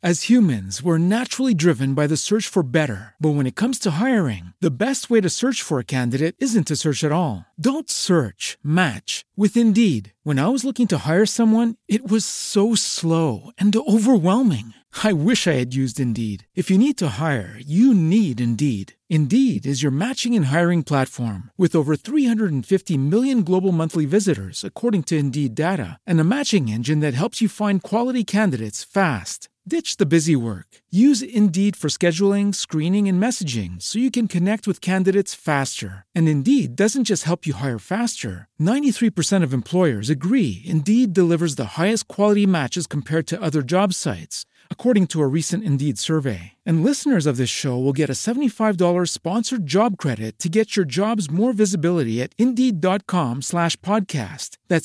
As humans, we're naturally driven by the search for better. But when it comes to hiring, the best way to search for a candidate isn't to search at all. Don't search, match with Indeed. When I was looking to hire someone, it was so slow and overwhelming. I wish I had used Indeed. If you need to hire, you need Indeed. Indeed is your matching and hiring platform with over 350 million global monthly visitors, according to Indeed data, and a matching engine that helps you find quality candidates fast. Ditch the busy work. Use Indeed for scheduling, screening, and messaging so you can connect with candidates faster. And Indeed doesn't just help you hire faster. 93% of employers agree Indeed delivers the highest quality matches compared to other job sites, according to a recent Indeed survey. And listeners of this show will get a $75 sponsored job credit to get your jobs more visibility at Indeed.com/podcast. That's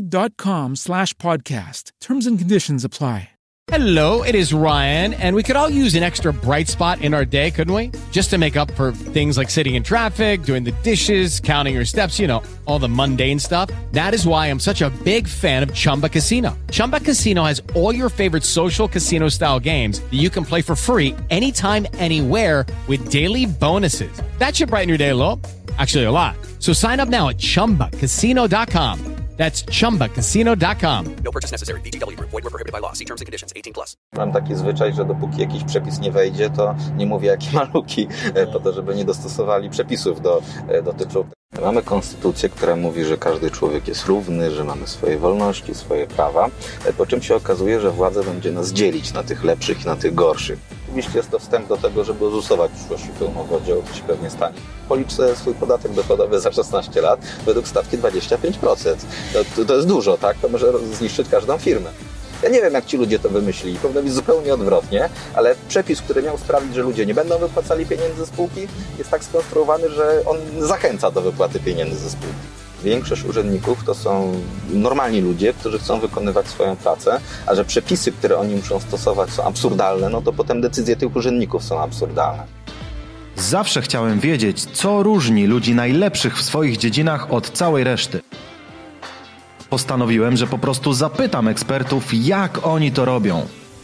Indeed.com/podcast. Terms and conditions apply. Hello, it is Ryan, and we could all use an extra bright spot in our day, couldn't we? Just to make up for things like sitting in traffic, doing the dishes, counting your steps, you know, all the mundane stuff. That is why I'm such a big fan of Chumba Casino. Chumba Casino has all your favorite social casino-style games that you can play for free anytime, anywhere with daily bonuses. That should brighten your day a little. Actually, a lot. So sign up now at ChumbaCasino.com. That's ChumbaCasino.com. No purchase necessary. VGW Group. Void where prohibited by law. See terms and conditions. 18+. Mam taki zwyczaj, że dopóki jakiś przepis nie wejdzie, to nie mówię jakie ma luki, po to, żeby nie dostosowali przepisów do typu. Mamy konstytucję, która mówi, że każdy człowiek jest równy, że mamy swoje wolności, swoje prawa, po czym się okazuje, że władza będzie nas dzielić na tych lepszych i na tych gorszych. Oczywiście jest to wstęp do tego, żeby ozusować w przyszłości pełną podział, co się pewnie stanie. Policz sobie swój podatek dochodowy za 16 lat według stawki 25%. To jest dużo, tak? To może zniszczyć każdą firmę. Ja nie wiem, jak ci ludzie to wymyślili. Powinno być zupełnie odwrotnie, ale przepis, który miał sprawić, że ludzie nie będą wypłacali pieniędzy ze spółki, jest tak skonstruowany, że on zachęca do wypłaty pieniędzy ze spółki. Większość urzędników to są normalni ludzie, którzy chcą wykonywać swoją pracę, a że przepisy, które oni muszą stosować, są absurdalne, no to potem decyzje tych urzędników są absurdalne. Zawsze chciałem wiedzieć, co różni ludzi najlepszych w swoich dziedzinach od całej reszty. Postanowiłem, że po prostu zapytam ekspertów, jak oni to robią.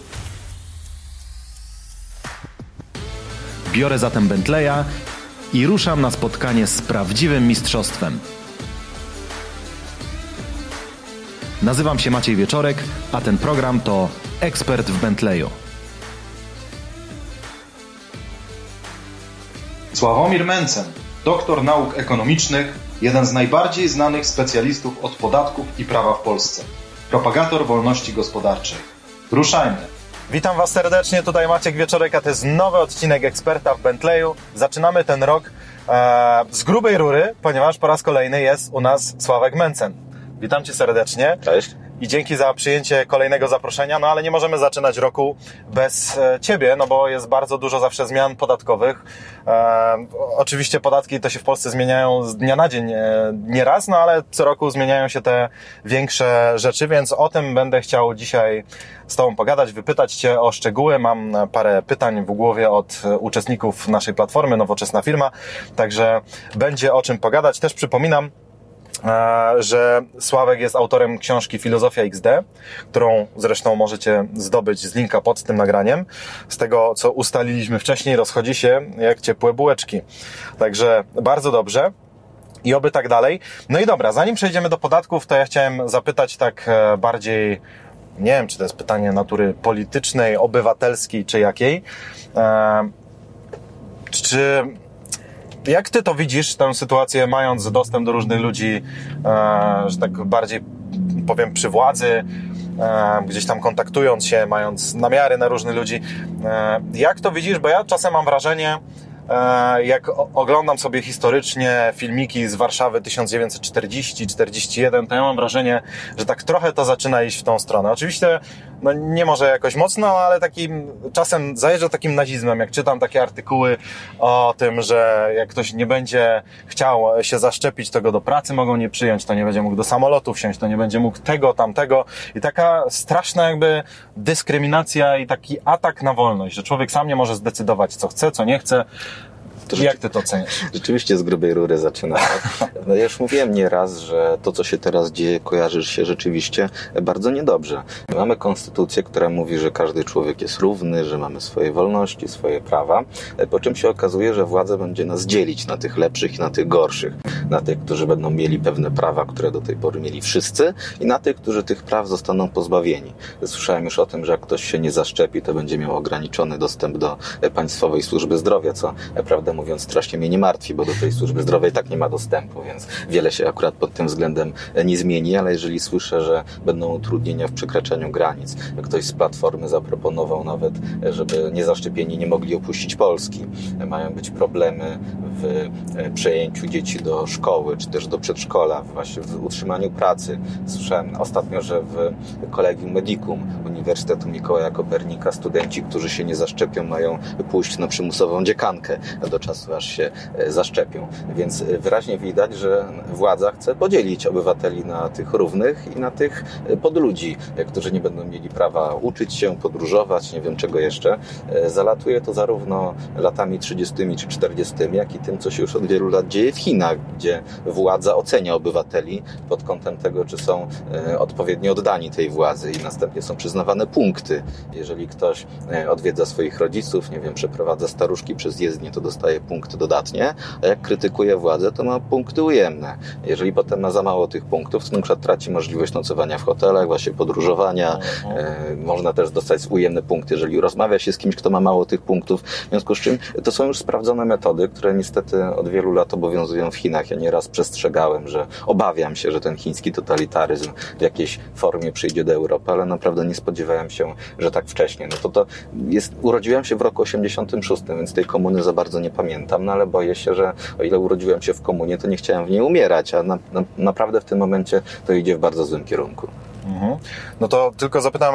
Biorę zatem Bentleya i ruszam na spotkanie z prawdziwym mistrzostwem. Nazywam się Maciej Wieczorek, a ten program to Ekspert w Bentleyu. Sławomir Mencen, doktor nauk ekonomicznych, jeden z najbardziej znanych specjalistów od podatków i prawa w Polsce. Propagator wolności gospodarczej. Ruszajmy! Witam Was serdecznie, tutaj Maciek Wieczorek, a to jest nowy odcinek Eksperta w Bentleyu. Zaczynamy ten rok z grubej rury, ponieważ po raz kolejny jest u nas Sławek Mencen. Witam Cię serdecznie. Cześć. I dzięki za przyjęcie kolejnego zaproszenia, no ale nie możemy zaczynać roku bez Ciebie, no bo jest bardzo dużo zawsze zmian podatkowych. Oczywiście podatki to się w Polsce zmieniają z dnia na dzień nieraz, no ale co roku zmieniają się te większe rzeczy, więc o tym będę chciał dzisiaj z Tobą pogadać, wypytać Cię o szczegóły. Mam parę pytań w głowie od uczestników naszej platformy Nowoczesna Firma, także będzie o czym pogadać. Też przypominam, że Sławek jest autorem książki Filozofia XD, którą zresztą możecie zdobyć z linka pod tym nagraniem. Z tego, co ustaliliśmy wcześniej, rozchodzi się jak ciepłe bułeczki. Także bardzo dobrze. I oby tak dalej. No i dobra, zanim przejdziemy do podatków, to ja chciałem zapytać tak bardziej, nie wiem, czy to jest pytanie natury politycznej, obywatelskiej, czy jakiej. Jak Ty to widzisz, tę sytuację, mając dostęp do różnych ludzi, że tak bardziej powiem przy władzy, gdzieś tam kontaktując się, mając namiary na różnych ludzi. Jak to widzisz? Bo ja czasem mam wrażenie, jak oglądam sobie historycznie filmiki z Warszawy 1940-41, to ja mam wrażenie, że tak trochę to zaczyna iść w tą stronę. Oczywiście no nie może jakoś mocno, ale takim czasem zajeżdża takim nazizmem, jak czytam takie artykuły o tym, że jak ktoś nie będzie chciał się zaszczepić, to go do pracy mogą nie przyjąć, to nie będzie mógł do samolotu wsiąść, to nie będzie mógł tego, tamtego i taka straszna jakby dyskryminacja i taki atak na wolność, że człowiek sam nie może zdecydować, co chce, co nie chce. Jak ty to oceniasz? Rzeczywiście z grubej rury zaczynamy. No ja już mówiłem nieraz, że to, co się teraz dzieje, kojarzy się rzeczywiście bardzo niedobrze. Mamy konstytucję, która mówi, że każdy człowiek jest równy, że mamy swoje wolności, swoje prawa, po czym się okazuje, że władza będzie nas dzielić na tych lepszych i na tych gorszych. Na tych, którzy będą mieli pewne prawa, które do tej pory mieli wszyscy, i na tych, którzy tych praw zostaną pozbawieni. Słyszałem już o tym, że jak ktoś się nie zaszczepi, to będzie miał ograniczony dostęp do państwowej służby zdrowia, co prawdę mówiąc strasznie mnie nie martwi, bo do tej służby zdrowia i tak nie ma dostępu, więc wiele się akurat pod tym względem nie zmieni, ale jeżeli słyszę, że będą utrudnienia w przekraczaniu granic, ktoś z Platformy zaproponował nawet, żeby niezaszczepieni nie mogli opuścić Polski, mają być problemy w przejęciu dzieci do szkoły, czy też do przedszkola, właśnie w utrzymaniu pracy. Słyszałem ostatnio, że w Collegium Medicum Uniwersytetu Mikołaja Kopernika studenci, którzy się nie zaszczepią, mają pójść na przymusową dziekankę do czasu, aż się zaszczepią. Więc wyraźnie widać, że władza chce podzielić obywateli na tych równych i na tych podludzi, którzy nie będą mieli prawa uczyć się, podróżować, nie wiem czego jeszcze. Zalatuje to zarówno latami 30. czy 40., jak i tym, co się już od wielu lat dzieje w Chinach, gdzie władza ocenia obywateli pod kątem tego, czy są odpowiednio oddani tej władzy i następnie są przyznawane punkty. Jeżeli ktoś odwiedza swoich rodziców, nie wiem, przeprowadza staruszki przez jezdnię, to dostaje punkt dodatnie, a jak krytykuje władzę, to ma punkty ujemne. Jeżeli potem ma za mało tych punktów, to na przykład traci możliwość nocowania w hotelach, właśnie podróżowania. Można też dostać ujemne punkty, jeżeli rozmawia się z kimś, kto ma mało tych punktów. W związku z czym to są już sprawdzone metody, które niestety od wielu lat obowiązują w Chinach. Ja nieraz przestrzegałem, że obawiam się, że ten chiński totalitaryzm w jakiejś formie przyjdzie do Europy, ale naprawdę nie spodziewałem się, że tak wcześnie. No to jest, urodziłem się w roku 86, więc tej komuny za bardzo nie pamiętam, no ale boję się, że o ile urodziłem się w komunie, to nie chciałem w niej umierać, a naprawdę w tym momencie to idzie w bardzo złym kierunku. No to tylko zapytam,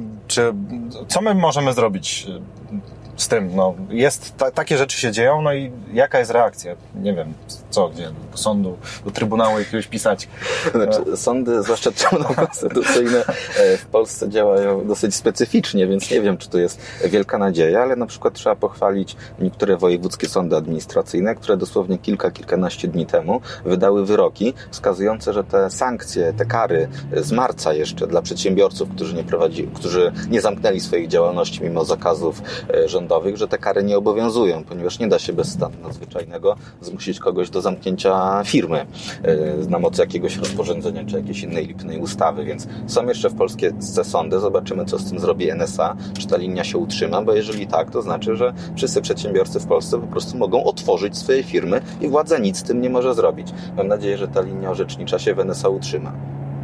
co my możemy zrobić z tym? No, takie rzeczy się dzieją, no i jaka jest reakcja? Nie wiem, gdzie? Do sądu, do Trybunału jakiegoś pisać? Znaczy, sądy, zwłaszcza Trybunał Konstytucyjny w Polsce działają dosyć specyficznie, więc nie wiem, czy to jest wielka nadzieja, ale na przykład trzeba pochwalić niektóre wojewódzkie sądy administracyjne, które dosłownie kilkanaście dni temu wydały wyroki wskazujące, że te sankcje, te kary z marca jeszcze dla przedsiębiorców, którzy nie zamknęli swoich działalności mimo zakazów rządowych, że te kary nie obowiązują, ponieważ nie da się bez stanu nadzwyczajnego zmusić kogoś do zamknięcia firmy na mocy jakiegoś rozporządzenia czy jakiejś innej lipnej ustawy, więc są jeszcze w polskie sądy, zobaczymy, co z tym zrobi NSA, czy ta linia się utrzyma, bo jeżeli tak, to znaczy, że wszyscy przedsiębiorcy w Polsce po prostu mogą otworzyć swoje firmy i władza nic z tym nie może zrobić. Mam nadzieję, że ta linia orzecznicza się w NSA utrzyma.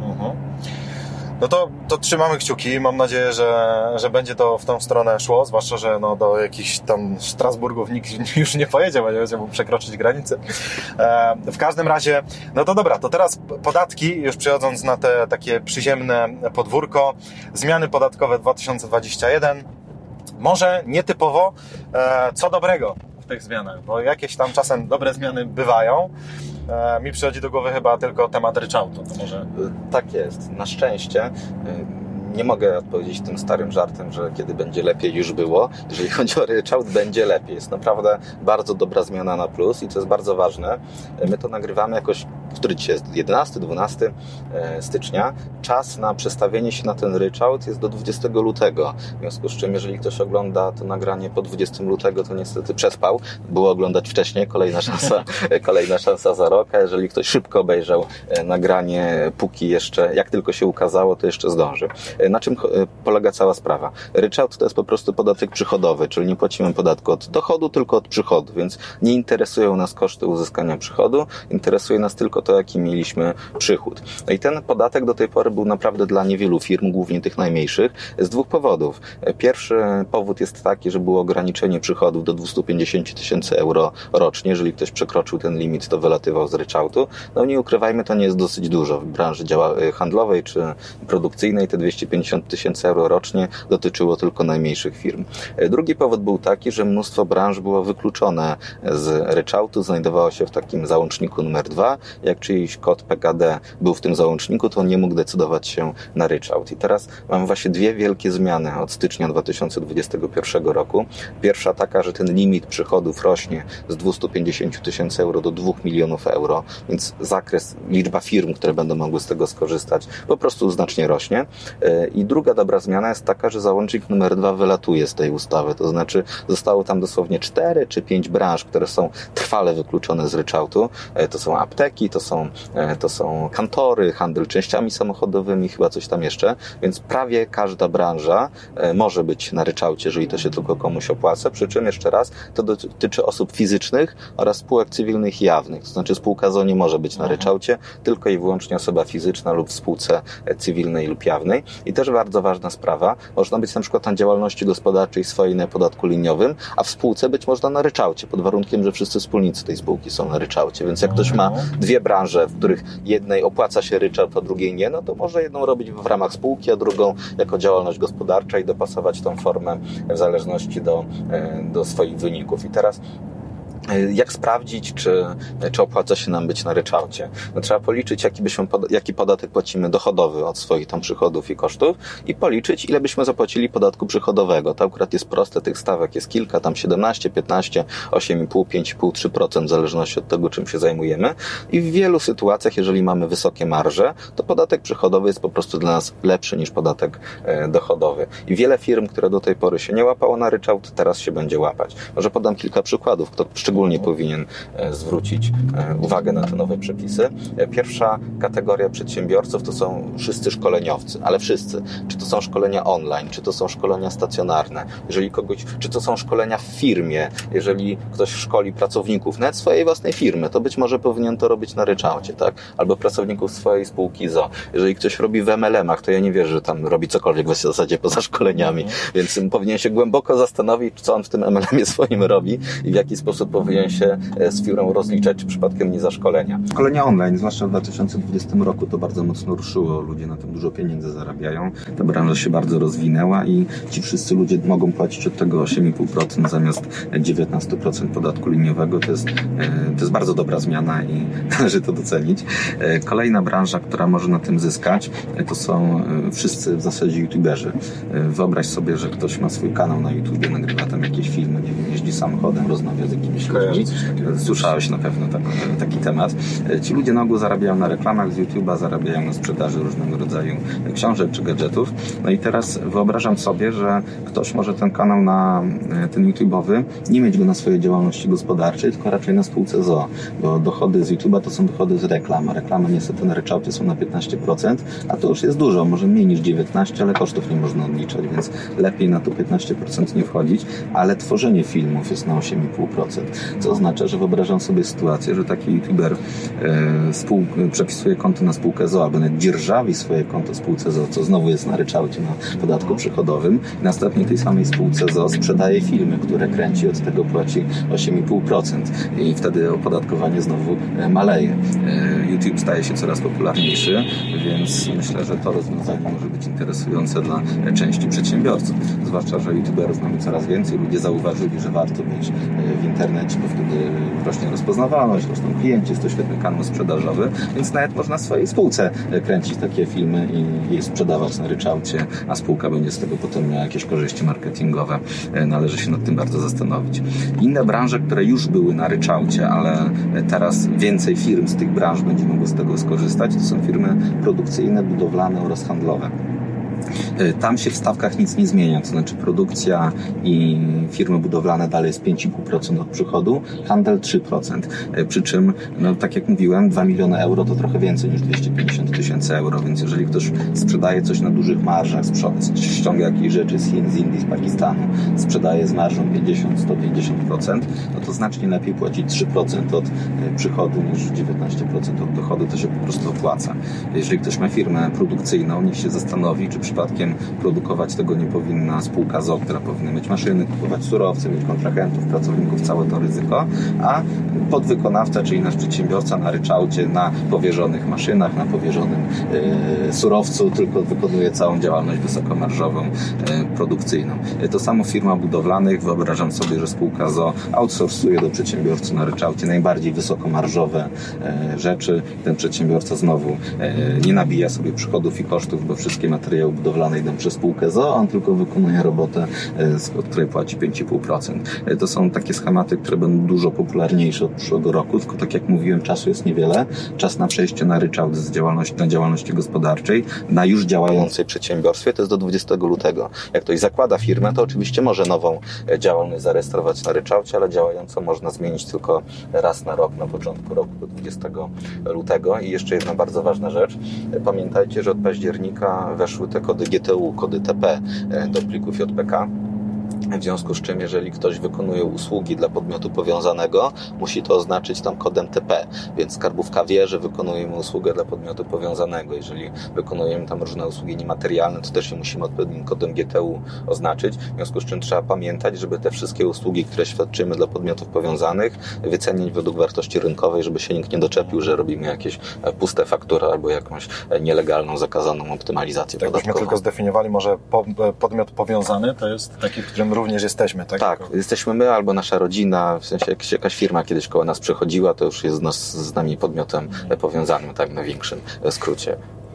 No to trzymamy kciuki. Mam nadzieję, że będzie to w tą stronę szło, zwłaszcza, że do jakichś tam Strasburgów nikt już nie pojedzie, bo nie będzie mógł przekroczyć granicy. W każdym razie, no to dobra, to teraz podatki, już przechodząc na te takie przyziemne podwórko. Zmiany podatkowe 2021. Może nietypowo, co dobrego w tych zmianach, bo jakieś tam czasem dobre zmiany bywają. Mi przychodzi do głowy chyba tylko temat ryczałtu. To może... Tak jest. Na szczęście nie mogę odpowiedzieć tym starym żartem, że kiedy będzie lepiej już było. Jeżeli chodzi o ryczałt, będzie lepiej. Jest naprawdę bardzo dobra zmiana na plus i co jest bardzo ważne, my to nagrywamy jakoś, który dzisiaj jest 11, 12 stycznia. Czas na przestawienie się na ten ryczałt jest do 20 lutego. W związku z czym, jeżeli ktoś ogląda to nagranie po 20 lutego, to niestety przespał. Było oglądać wcześniej, kolejna szansa za rok, a jeżeli ktoś szybko obejrzał nagranie, póki jeszcze, jak tylko się ukazało, to jeszcze zdąży. Na czym polega cała sprawa? Ryczałt to jest po prostu podatek przychodowy, czyli nie płacimy podatku od dochodu, tylko od przychodu, więc nie interesują nas koszty uzyskania przychodu, interesuje nas tylko to, jaki mieliśmy przychód. No i ten podatek do tej pory był naprawdę dla niewielu firm, głównie tych najmniejszych, z dwóch powodów. Pierwszy powód jest taki, że było ograniczenie przychodów do 250 000 euro rocznie. Jeżeli ktoś przekroczył ten limit, to wylatywał z ryczałtu. No nie ukrywajmy, to nie jest dosyć dużo. W branży handlowej czy produkcyjnej te 250 000 euro rocznie dotyczyło tylko najmniejszych firm. Drugi powód był taki, że mnóstwo branż było wykluczone z ryczałtu, znajdowało się w takim załączniku numer 2 jak czyjś kod PKD był w tym załączniku, to on nie mógł decydować się na ryczałt. I teraz mamy właśnie dwie wielkie zmiany od stycznia 2021 roku. Pierwsza taka, że ten limit przychodów rośnie z 250 tysięcy euro do 2 milionów euro, więc zakres, liczba firm, które będą mogły z tego skorzystać, po prostu znacznie rośnie. I druga dobra zmiana jest taka, że załącznik numer 2 wylatuje z tej ustawy, to znaczy zostało tam dosłownie 4 czy 5 branż, które są trwale wykluczone z ryczałtu. To są apteki, to są kantory, handel częściami samochodowymi, chyba coś tam jeszcze, więc prawie każda branża może być na ryczałcie, jeżeli to się tylko komuś opłaca, przy czym jeszcze raz, to dotyczy osób fizycznych oraz spółek cywilnych i jawnych, to znaczy spółka ZO nie może być na ryczałcie, tylko i wyłącznie osoba fizyczna lub w spółce cywilnej lub jawnej. I też bardzo ważna sprawa, można być na przykład na działalności gospodarczej swojej na podatku liniowym, a w spółce być można na ryczałcie, pod warunkiem, że wszyscy wspólnicy tej spółki są na ryczałcie, więc jak ktoś ma dwie branże, w których jednej opłaca się ryczałt, a drugiej nie, no to może jedną robić w ramach spółki, a drugą jako działalność gospodarcza i dopasować tą formę w zależności do swoich wyników. I teraz jak sprawdzić, czy opłaca się nam być na ryczałcie? No, trzeba policzyć, jaki podatek płacimy dochodowy od swoich tam przychodów i kosztów i policzyć, ile byśmy zapłacili podatku przychodowego. To akurat jest proste, tych stawek jest kilka, tam 17, 15, 8,5, 5,5, 3% w zależności od tego, czym się zajmujemy. I w wielu sytuacjach, jeżeli mamy wysokie marże, to podatek przychodowy jest po prostu dla nas lepszy niż podatek dochodowy. I wiele firm, które do tej pory się nie łapało na ryczałt, teraz się będzie łapać. Może podam kilka przykładów, kto szczególnie powinien zwrócić uwagę na te nowe przepisy. Pierwsza kategoria przedsiębiorców to są wszyscy szkoleniowcy, ale wszyscy. Czy to są szkolenia online, czy to są szkolenia stacjonarne, czy to są szkolenia w firmie, jeżeli ktoś szkoli pracowników, nawet swojej własnej firmy, to być może powinien to robić na ryczałcie, tak? Albo pracowników swojej spółki ZO. Jeżeli ktoś robi w MLM-ach, to ja nie wierzę, że tam robi cokolwiek w zasadzie poza szkoleniami, więc powinien się głęboko zastanowić, co on w tym MLM-ie swoim robi i w jaki sposób powinien się z firmą rozliczać, czy przypadkiem nie za szkolenia. Szkolenia online, zwłaszcza w 2020 roku, to bardzo mocno ruszyło. Ludzie na tym dużo pieniędzy zarabiają. Ta branża się bardzo rozwinęła i ci wszyscy ludzie mogą płacić od tego 8,5% zamiast 19% podatku liniowego. To jest bardzo dobra zmiana i należy to docenić. Kolejna branża, która może na tym zyskać, to są wszyscy w zasadzie youtuberzy. Wyobraź sobie, że ktoś ma swój kanał na YouTubie, nagrywa tam jakieś filmy, nie wiem, jeździ samochodem, rozmawia z jakimiś ludźmi. Słyszałeś na pewno taki temat. Ci ludzie na ogół zarabiają na reklamach z YouTube'a, zarabiają na sprzedaży różnego rodzaju książek czy gadżetów. No i teraz wyobrażam sobie, że ktoś może ten kanał ten YouTube'owy nie mieć go na swojej działalności gospodarczej, tylko raczej na spółce ZO, bo dochody z YouTube'a to są dochody z reklam. Reklamy niestety na ryczałcie są na 15%, a to już jest dużo, może mniej niż 19%, ale kosztów nie można odliczać, więc lepiej na to 15% nie wchodzić, ale tworzenie filmów jest na 8,5%. Co oznacza, że wyobrażam sobie sytuację, że taki youtuber przepisuje konto na spółkę ZO, albo nawet dzierżawi swoje konto w spółce ZO, co znowu jest na ryczałcie na podatku przychodowym. Następnie tej samej spółce ZO sprzedaje filmy, które kręci, od tego płaci 8,5% i wtedy opodatkowanie znowu maleje. YouTube staje się coraz popularniejszy, więc myślę, że to rozwiązanie może być interesujące dla części przedsiębiorców. Zwłaszcza, że youtuberów mamy coraz więcej. Ludzie zauważyli, że warto być w internecie, bo wtedy rośnie rozpoznawalność, rosną klienci, jest to świetny kanał sprzedażowy, więc nawet można w swojej spółce kręcić takie filmy i je sprzedawać na ryczałcie, a spółka będzie z tego potem miała jakieś korzyści marketingowe. Należy się nad tym bardzo zastanowić. Inne branże, które już były na ryczałcie, ale teraz więcej firm z tych branż będzie mogło z tego skorzystać, to są firmy produkcyjne, budowlane oraz handlowe. Tam się w stawkach nic nie zmienia, to znaczy produkcja i firmy budowlane dalej jest 5,5% od przychodu, handel 3%. Przy czym, no, tak jak mówiłem, 2 miliony euro to trochę więcej niż 250 tysięcy euro, więc jeżeli ktoś sprzedaje coś na dużych marżach, ściąga jakieś rzeczy z Chin, z Indii, z Pakistanu, sprzedaje z marżą 50-150%, no to znacznie lepiej płacić 3% od przychodu niż 19% od dochodu, to się po prostu opłaca. Jeżeli ktoś ma firmę produkcyjną, niech się zastanowi, czy przypadkiem produkować tego nie powinna spółka ZOO, która powinna mieć maszyny, kupować surowce, mieć kontrahentów, pracowników, całe to ryzyko, a podwykonawca, czyli nasz przedsiębiorca na ryczałcie, na powierzonych maszynach, na powierzonym surowcu tylko wykonuje całą działalność wysokomarżową, produkcyjną. To samo w firmach budowlanych. Wyobrażam sobie, że spółka ZOO outsourcuje do przedsiębiorcy na ryczałcie najbardziej wysokomarżowe rzeczy. Ten przedsiębiorca znowu nie nabija sobie przychodów i kosztów, bo wszystkie materiały budowlane idą przez spółkę ZOO, on tylko wykonuje robotę, od której płaci 5,5%. To są takie schematy, które będą dużo popularniejsze od przyszłego roku, tylko tak jak mówiłem, czasu jest niewiele. Czas na przejście na ryczałt z działalności na działalności gospodarczej, na już działającej przedsiębiorstwie, to jest do 20 lutego. Jak ktoś zakłada firmę, to oczywiście może nową działalność zarejestrować na ryczałcie, ale działającą można zmienić tylko raz na rok, na początku roku do 20 lutego. I jeszcze jedna bardzo ważna rzecz. Pamiętajcie, że od października weszły te kody GTU, kody TP do plików JPK. W związku z czym, jeżeli ktoś wykonuje usługi dla podmiotu powiązanego, musi to oznaczyć tam kodem TP, więc skarbówka wie, że wykonujemy usługę dla podmiotu powiązanego. Jeżeli wykonujemy tam różne usługi niematerialne, to też się musimy odpowiednim kodem GTU oznaczyć. W związku z czym trzeba pamiętać, żeby te wszystkie usługi, które świadczymy dla podmiotów powiązanych, wycenić według wartości rynkowej, żeby się nikt nie doczepił, że robimy jakieś puste faktury albo jakąś nielegalną, zakazaną optymalizację podatkową. Byśmy tylko zdefiniowali, może podmiot powiązany to jest taki, w którym również jesteśmy, tak? Tak, jesteśmy my albo nasza rodzina, w sensie jakaś firma kiedyś koło nas przechodziła, to już jest z nami podmiotem powiązanym, tak, na większym skrócie.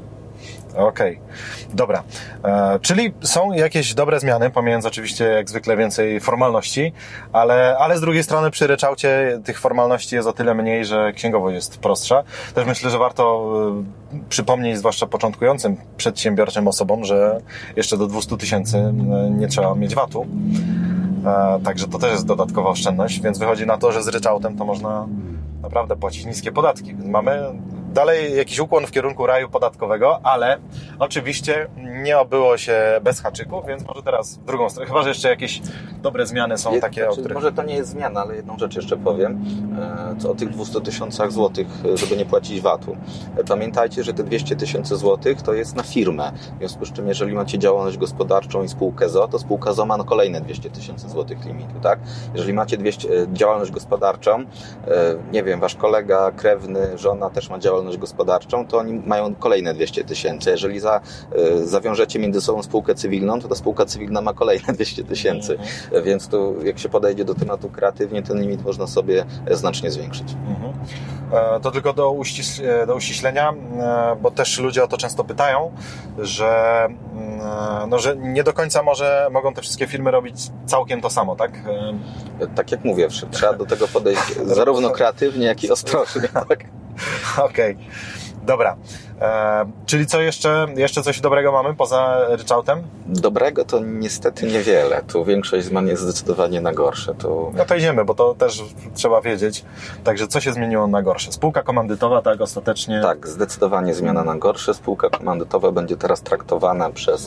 Okej, dobra. Czyli są jakieś dobre zmiany, pomijając oczywiście jak zwykle więcej formalności, ale z drugiej strony przy ryczałcie tych formalności jest o tyle mniej, że księgowość jest prostsza. Też myślę, że warto przypomnieć, zwłaszcza początkującym przedsiębiorczym osobom, że jeszcze do 200 000 nie trzeba mieć VAT-u. Także to też jest dodatkowa oszczędność, więc wychodzi na to, że z ryczałtem to można naprawdę płacić niskie podatki. Mamy dalej jakiś ukłon w kierunku raju podatkowego, ale oczywiście nie obyło się bez haczyków, więc może teraz w drugą stronę, chyba że jeszcze jakieś dobre zmiany są takie, o których... Może to nie jest zmiana, ale jedną rzecz jeszcze powiem, o tych 200 000 złotych, żeby nie płacić VAT-u. Pamiętajcie, że te 200 000 złotych to jest na firmę, w związku z czym jeżeli macie działalność gospodarczą i spółkę ZOO, to spółka ZOO ma kolejne 200 000 złotych limitu, tak? Jeżeli macie działalność gospodarczą, nie wiem, wasz kolega, krewny, żona też ma działalność gospodarczą, to oni mają kolejne 200 000. Jeżeli zawiążecie między sobą spółkę cywilną, to ta spółka cywilna ma kolejne 200 000. Więc tu jak się podejdzie do tematu kreatywnie, ten limit można sobie znacznie zwiększyć. To tylko do uściślenia, bo też ludzie o to często pytają, że nie do końca mogą te wszystkie firmy robić całkiem to samo, tak? Tak jak mówię, trzeba do tego podejść zarówno kreatywnie, jak i ostrożnie. Tak? Okej. Dobra. Czyli co jeszcze coś dobrego mamy poza ryczałtem? Dobrego to niestety niewiele. Tu większość zmian jest zdecydowanie na gorsze. No to idziemy, bo to też trzeba wiedzieć. Także co się zmieniło na gorsze? Spółka komandytowa, tak ostatecznie? Tak, zdecydowanie zmiana na gorsze. Spółka komandytowa będzie teraz traktowana przez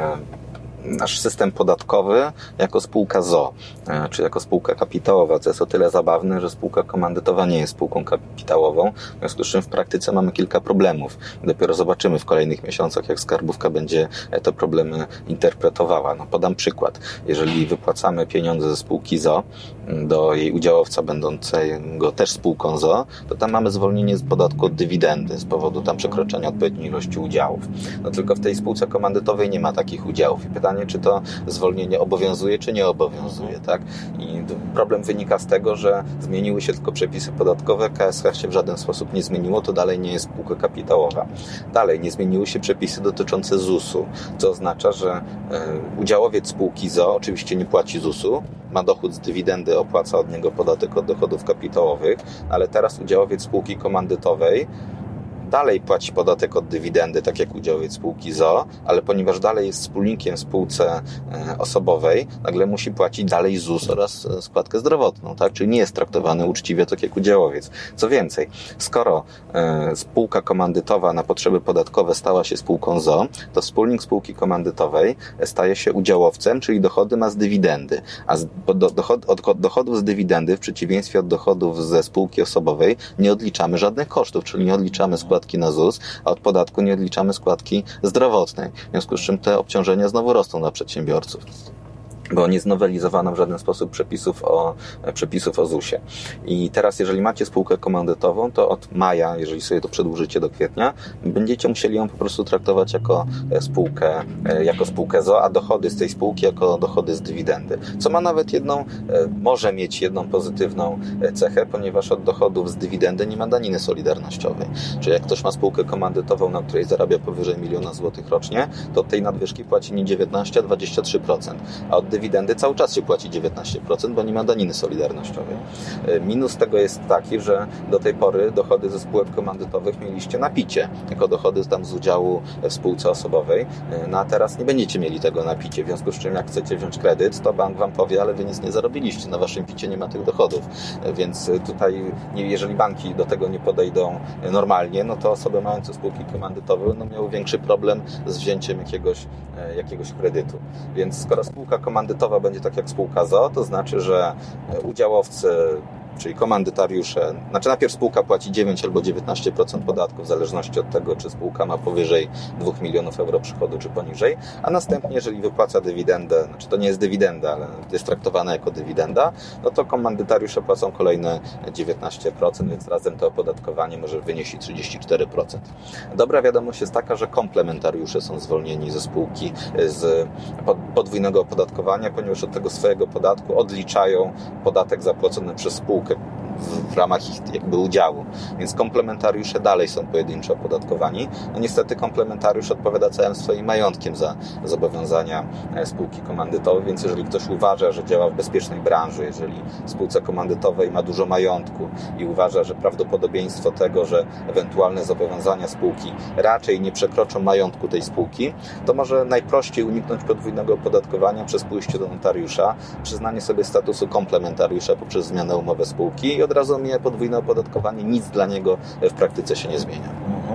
nasz system podatkowy jako spółka ZOO, czy jako spółka kapitałowa, co jest o tyle zabawne, że spółka komandytowa nie jest spółką kapitałową, w związku z czym w praktyce mamy kilka problemów. Dopiero zobaczymy w kolejnych miesiącach, jak skarbówka będzie te problemy interpretowała. Podam przykład. Jeżeli wypłacamy pieniądze ze spółki ZOO do jej udziałowca będącego też spółką ZOO, to tam mamy zwolnienie z podatku od dywidendy z powodu tam przekroczenia odpowiedniej ilości udziałów. Tylko w tej spółce komandytowej nie ma takich udziałów. I pytanie, czy to zwolnienie obowiązuje, czy nie obowiązuje, tak? I problem wynika z tego, że zmieniły się tylko przepisy podatkowe, KSH się w żaden sposób nie zmieniło, to dalej nie jest spółka kapitałowa. Dalej nie zmieniły się przepisy dotyczące ZUS-u, co oznacza, że udziałowiec spółki ZOO oczywiście nie płaci ZUS-u, ma dochód z dywidendy, opłaca od niego podatek od dochodów kapitałowych, ale teraz udziałowiec spółki komandytowej dalej płaci podatek od dywidendy, tak jak udziałowiec spółki ZOO, ale ponieważ dalej jest wspólnikiem w spółce osobowej, nagle musi płacić dalej ZUS oraz składkę zdrowotną, tak? Czyli nie jest traktowany uczciwie, tak jak udziałowiec. Co więcej, skoro spółka komandytowa na potrzeby podatkowe stała się spółką ZOO, to wspólnik spółki komandytowej staje się udziałowcem, czyli dochody ma z dywidendy. A od dochodów z dywidendy, w przeciwieństwie od dochodów ze spółki osobowej, nie odliczamy żadnych kosztów, czyli nie odliczamy składek składki na ZUS, a od podatku nie odliczamy składki zdrowotnej. W związku z czym te obciążenia znowu rosną dla przedsiębiorców, bo nie znowelizowano w żaden sposób przepisów o ZUS-ie. I teraz, jeżeli macie spółkę komandytową, to od maja, jeżeli sobie to przedłużycie do kwietnia, będziecie musieli ją po prostu traktować jako spółkę ZO, a dochody z tej spółki jako dochody z dywidendy. Co ma nawet może mieć jedną pozytywną cechę, ponieważ od dochodów z dywidendy nie ma daniny solidarnościowej. Czyli jak ktoś ma spółkę komandytową, na której zarabia powyżej 1 000 000 złotych rocznie, to od tej nadwyżki płaci nie 19, a 23%. A od dywidendy cały czas się płaci 19%, bo nie ma daniny solidarnościowej. Minus tego jest taki, że do tej pory dochody ze spółek komandytowych mieliście na picie, jako dochody tam z udziału w spółce osobowej, a teraz nie będziecie mieli tego na picie, w związku z czym jak chcecie wziąć kredyt, to bank wam powie, ale wy nic nie zarobiliście, na waszym picie nie ma tych dochodów, więc tutaj jeżeli banki do tego nie podejdą normalnie, no to osoby mające spółki komandytowe będą miały większy problem z wzięciem jakiegoś kredytu. Więc skoro spółka komandytowa będzie tak jak spółka ZO, to znaczy, że udziałowcy, czyli komandytariusze, najpierw spółka płaci 9 albo 19% podatku, w zależności od tego, czy spółka ma powyżej 2 milionów euro przychodu, czy poniżej, a następnie, jeżeli wypłaca dywidendę, to nie jest dywidenda, ale jest traktowana jako dywidenda, no to komandytariusze płacą kolejne 19%, więc razem to opodatkowanie może wynieść 34%. Dobra wiadomość jest taka, że komplementariusze są zwolnieni ze spółki z podwójnego opodatkowania, ponieważ od tego swojego podatku odliczają podatek zapłacony przez spółkę w ramach ich udziału. Więc komplementariusze dalej są pojedynczo opodatkowani. No niestety komplementariusz odpowiada całym swoim majątkiem za zobowiązania spółki komandytowej, więc jeżeli ktoś uważa, że działa w bezpiecznej branży, jeżeli w spółce komandytowej ma dużo majątku i uważa, że prawdopodobieństwo tego, że ewentualne zobowiązania spółki raczej nie przekroczą majątku tej spółki, to może najprościej uniknąć podwójnego opodatkowania przez pójście do notariusza, przyznanie sobie statusu komplementariusza poprzez zmianę umowy spółki i od razu mija podwójne opodatkowanie, nic dla niego w praktyce się nie zmienia.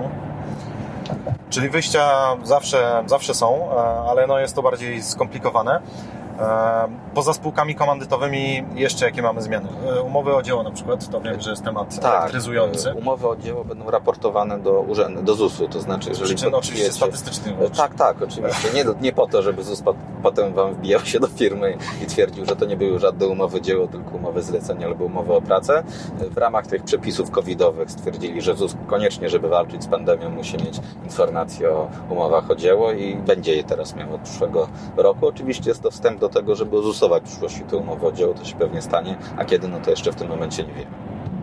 Czyli wyjścia zawsze są, ale jest to bardziej skomplikowane. Poza spłukami komandytowymi jeszcze jakie mamy zmiany? Umowy o dzieło na przykład, to wiem, że jest temat elektryzujący. Umowy o dzieło będą raportowane do ZUS-u, to znaczy, jeżeli przyczyn oczywiście statystycznych. Tak, oczywiście. Nie po to, żeby ZUS potem wam wbijał się do firmy i twierdził, że to nie były żadne umowy dzieło, tylko umowy zlecenia albo umowy o pracę. W ramach tych przepisów covidowych stwierdzili, że ZUS koniecznie, żeby walczyć z pandemią, musi mieć informacje o umowach o dzieło i będzie je teraz miał od przyszłego roku. Oczywiście jest to wstęp do tego, żeby uzusować w przyszłości tę umowę o dzieło, to się pewnie stanie, a kiedy, to jeszcze w tym momencie nie wiemy.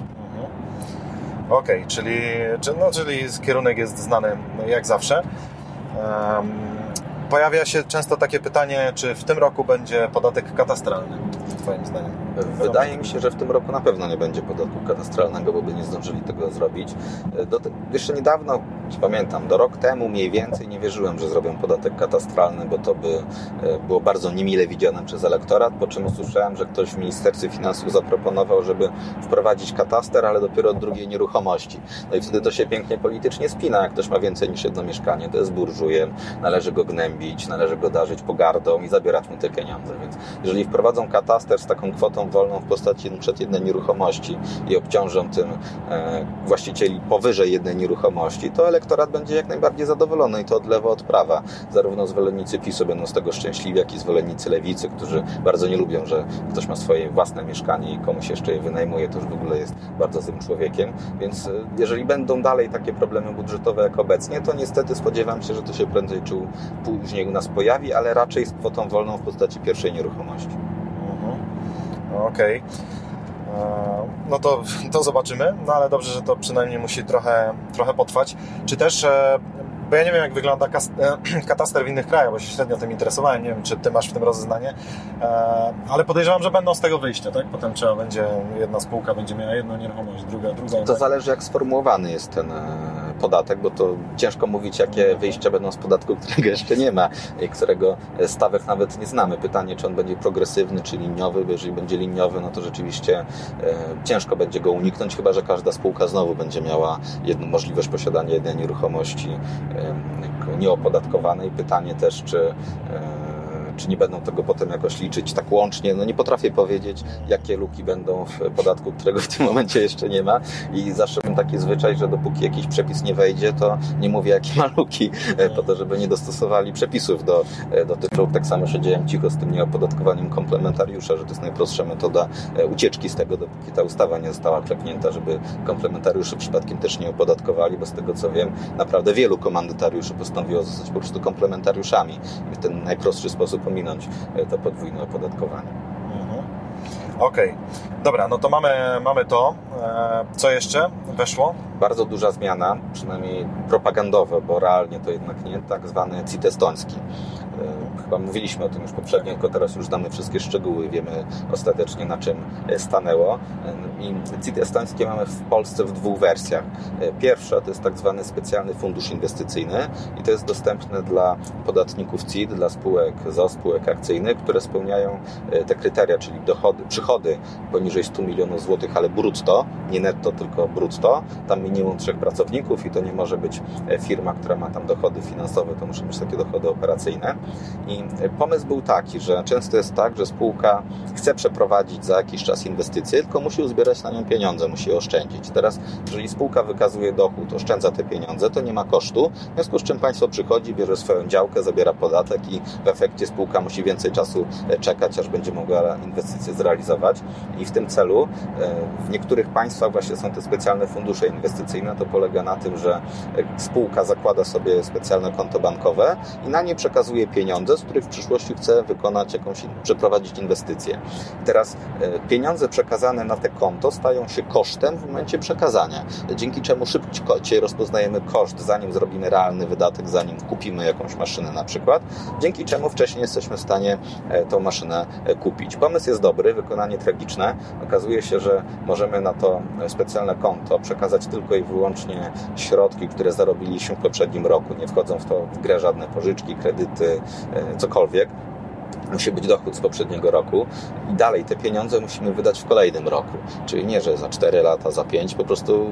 Okej, czyli kierunek jest znany jak zawsze. Pojawia się często takie pytanie, czy w tym roku będzie podatek katastralny, twoim zdaniem? Wydaje mi się, że w tym roku na pewno nie będzie podatku katastralnego, bo by nie zdążyli tego zrobić. Jeszcze niedawno, pamiętam, do rok temu mniej więcej nie wierzyłem, że zrobią podatek katastralny, bo to by było bardzo niemile widziane przez elektorat, po czym usłyszałem, że ktoś w Ministerstwie Finansów zaproponował, żeby wprowadzić kataster, ale dopiero od drugiej nieruchomości. No i wtedy to się pięknie politycznie spina, jak ktoś ma więcej niż jedno mieszkanie, to jest burżujem, należy go gnębić, należy go darzyć pogardą i zabierać mu te pieniądze. Więc jeżeli wprowadzą kataster z taką kwotą wolną w postaci jednej nieruchomości i obciążą tym właścicieli powyżej jednej nieruchomości, to elektorat będzie jak najbardziej zadowolony i to od lewa, od prawa. Zarówno zwolennicy PiS-u będą z tego szczęśliwi, jak i zwolennicy lewicy, którzy bardzo nie lubią, że ktoś ma swoje własne mieszkanie i komuś jeszcze je wynajmuje, to już w ogóle jest bardzo złym człowiekiem. Więc jeżeli będą dalej takie problemy budżetowe jak obecnie, to niestety spodziewam się, że to się prędzej czy później u nas pojawi, ale raczej z kwotą wolną w postaci pierwszej nieruchomości. Okej. No to zobaczymy, ale dobrze, że to przynajmniej musi trochę potrwać. Czy też, bo ja nie wiem, jak wygląda kataster w innych krajach, bo się średnio tym interesowałem, nie wiem, czy ty masz w tym rozeznanie, ale podejrzewam, że będą z tego wyjścia, tak? Potem trzeba będzie, jedna spółka będzie miała jedną nieruchomość, druga. To tak? zależy, jak sformułowany jest ten podatek, bo to ciężko mówić, jakie wyjścia będą z podatku, którego jeszcze nie ma i którego stawek nawet nie znamy. Pytanie, czy on będzie progresywny, czy liniowy, bo jeżeli będzie liniowy, no to rzeczywiście ciężko będzie go uniknąć, chyba że każda spółka znowu będzie miała możliwość posiadania jednej nieruchomości nieopodatkowanej. Pytanie też, czy nie będą tego potem jakoś liczyć tak łącznie. No nie potrafię powiedzieć, jakie luki będą w podatku, którego w tym momencie jeszcze nie ma i zawsze mam taki zwyczaj, że dopóki jakiś przepis nie wejdzie, to nie mówię, jakie ma luki, po to, żeby nie dostosowali przepisów do tych luk. Tak samo siedziałem cicho z tym nieopodatkowaniem komplementariusza, że to jest najprostsza metoda ucieczki z tego, dopóki ta ustawa nie została klepnięta, żeby komplementariusze przypadkiem też nie opodatkowali, bo z tego co wiem, naprawdę wielu komandytariuszy postanowiło zostać po prostu komplementariuszami i w ten najprostszy sposób ominąć to podwójne opodatkowanie. Okej. Dobra, no to mamy to. Co jeszcze weszło? Bardzo duża zmiana, przynajmniej propagandowa, bo realnie to jednak nie, tak zwany CIT estoński. Chyba mówiliśmy o tym już poprzednio, tylko teraz już znamy wszystkie szczegóły, wiemy ostatecznie, na czym stanęło. I CIT estoński mamy w Polsce w dwóch wersjach. Pierwsza to jest tak zwany specjalny fundusz inwestycyjny i to jest dostępne dla podatników CIT, dla spółek ZO, spółek akcyjnych, które spełniają te kryteria, czyli przychody poniżej 100 milionów złotych, ale brutto, nie netto, tylko brutto. Tam minimum 3 pracowników i to nie może być firma, która ma tam dochody finansowe, to muszą być takie dochody operacyjne. I pomysł był taki, że często jest tak, że spółka chce przeprowadzić za jakiś czas inwestycje, tylko musi uzbierać na nią pieniądze, musi je oszczędzić. Teraz, jeżeli spółka wykazuje dochód, oszczędza te pieniądze, to nie ma kosztu, w związku z czym państwo przychodzi, bierze swoją działkę, zabiera podatek i w efekcie spółka musi więcej czasu czekać, aż będzie mogła inwestycje zrealizować. I w tym celu w niektórych państwach właśnie są te specjalne fundusze inwestycyjne. To polega na tym, że spółka zakłada sobie specjalne konto bankowe i na nie przekazuje pieniądze, z których w przyszłości chce wykonać przeprowadzić inwestycje. Teraz pieniądze przekazane na te konto stają się kosztem w momencie przekazania, dzięki czemu szybciej rozpoznajemy koszt, zanim zrobimy realny wydatek, zanim kupimy jakąś maszynę na przykład, dzięki czemu wcześniej jesteśmy w stanie tą maszynę kupić. Pomysł jest dobry, wykonanie tragiczne. Okazuje się, że możemy na to specjalne konto przekazać tylko i wyłącznie środki, które zarobiliśmy w poprzednim roku. Nie wchodzą w grę żadne pożyczki, kredyty, cokolwiek. Musi być dochód z poprzedniego roku i dalej te pieniądze musimy wydać w kolejnym roku. Czyli nie, że za 4 lata, za 5, po prostu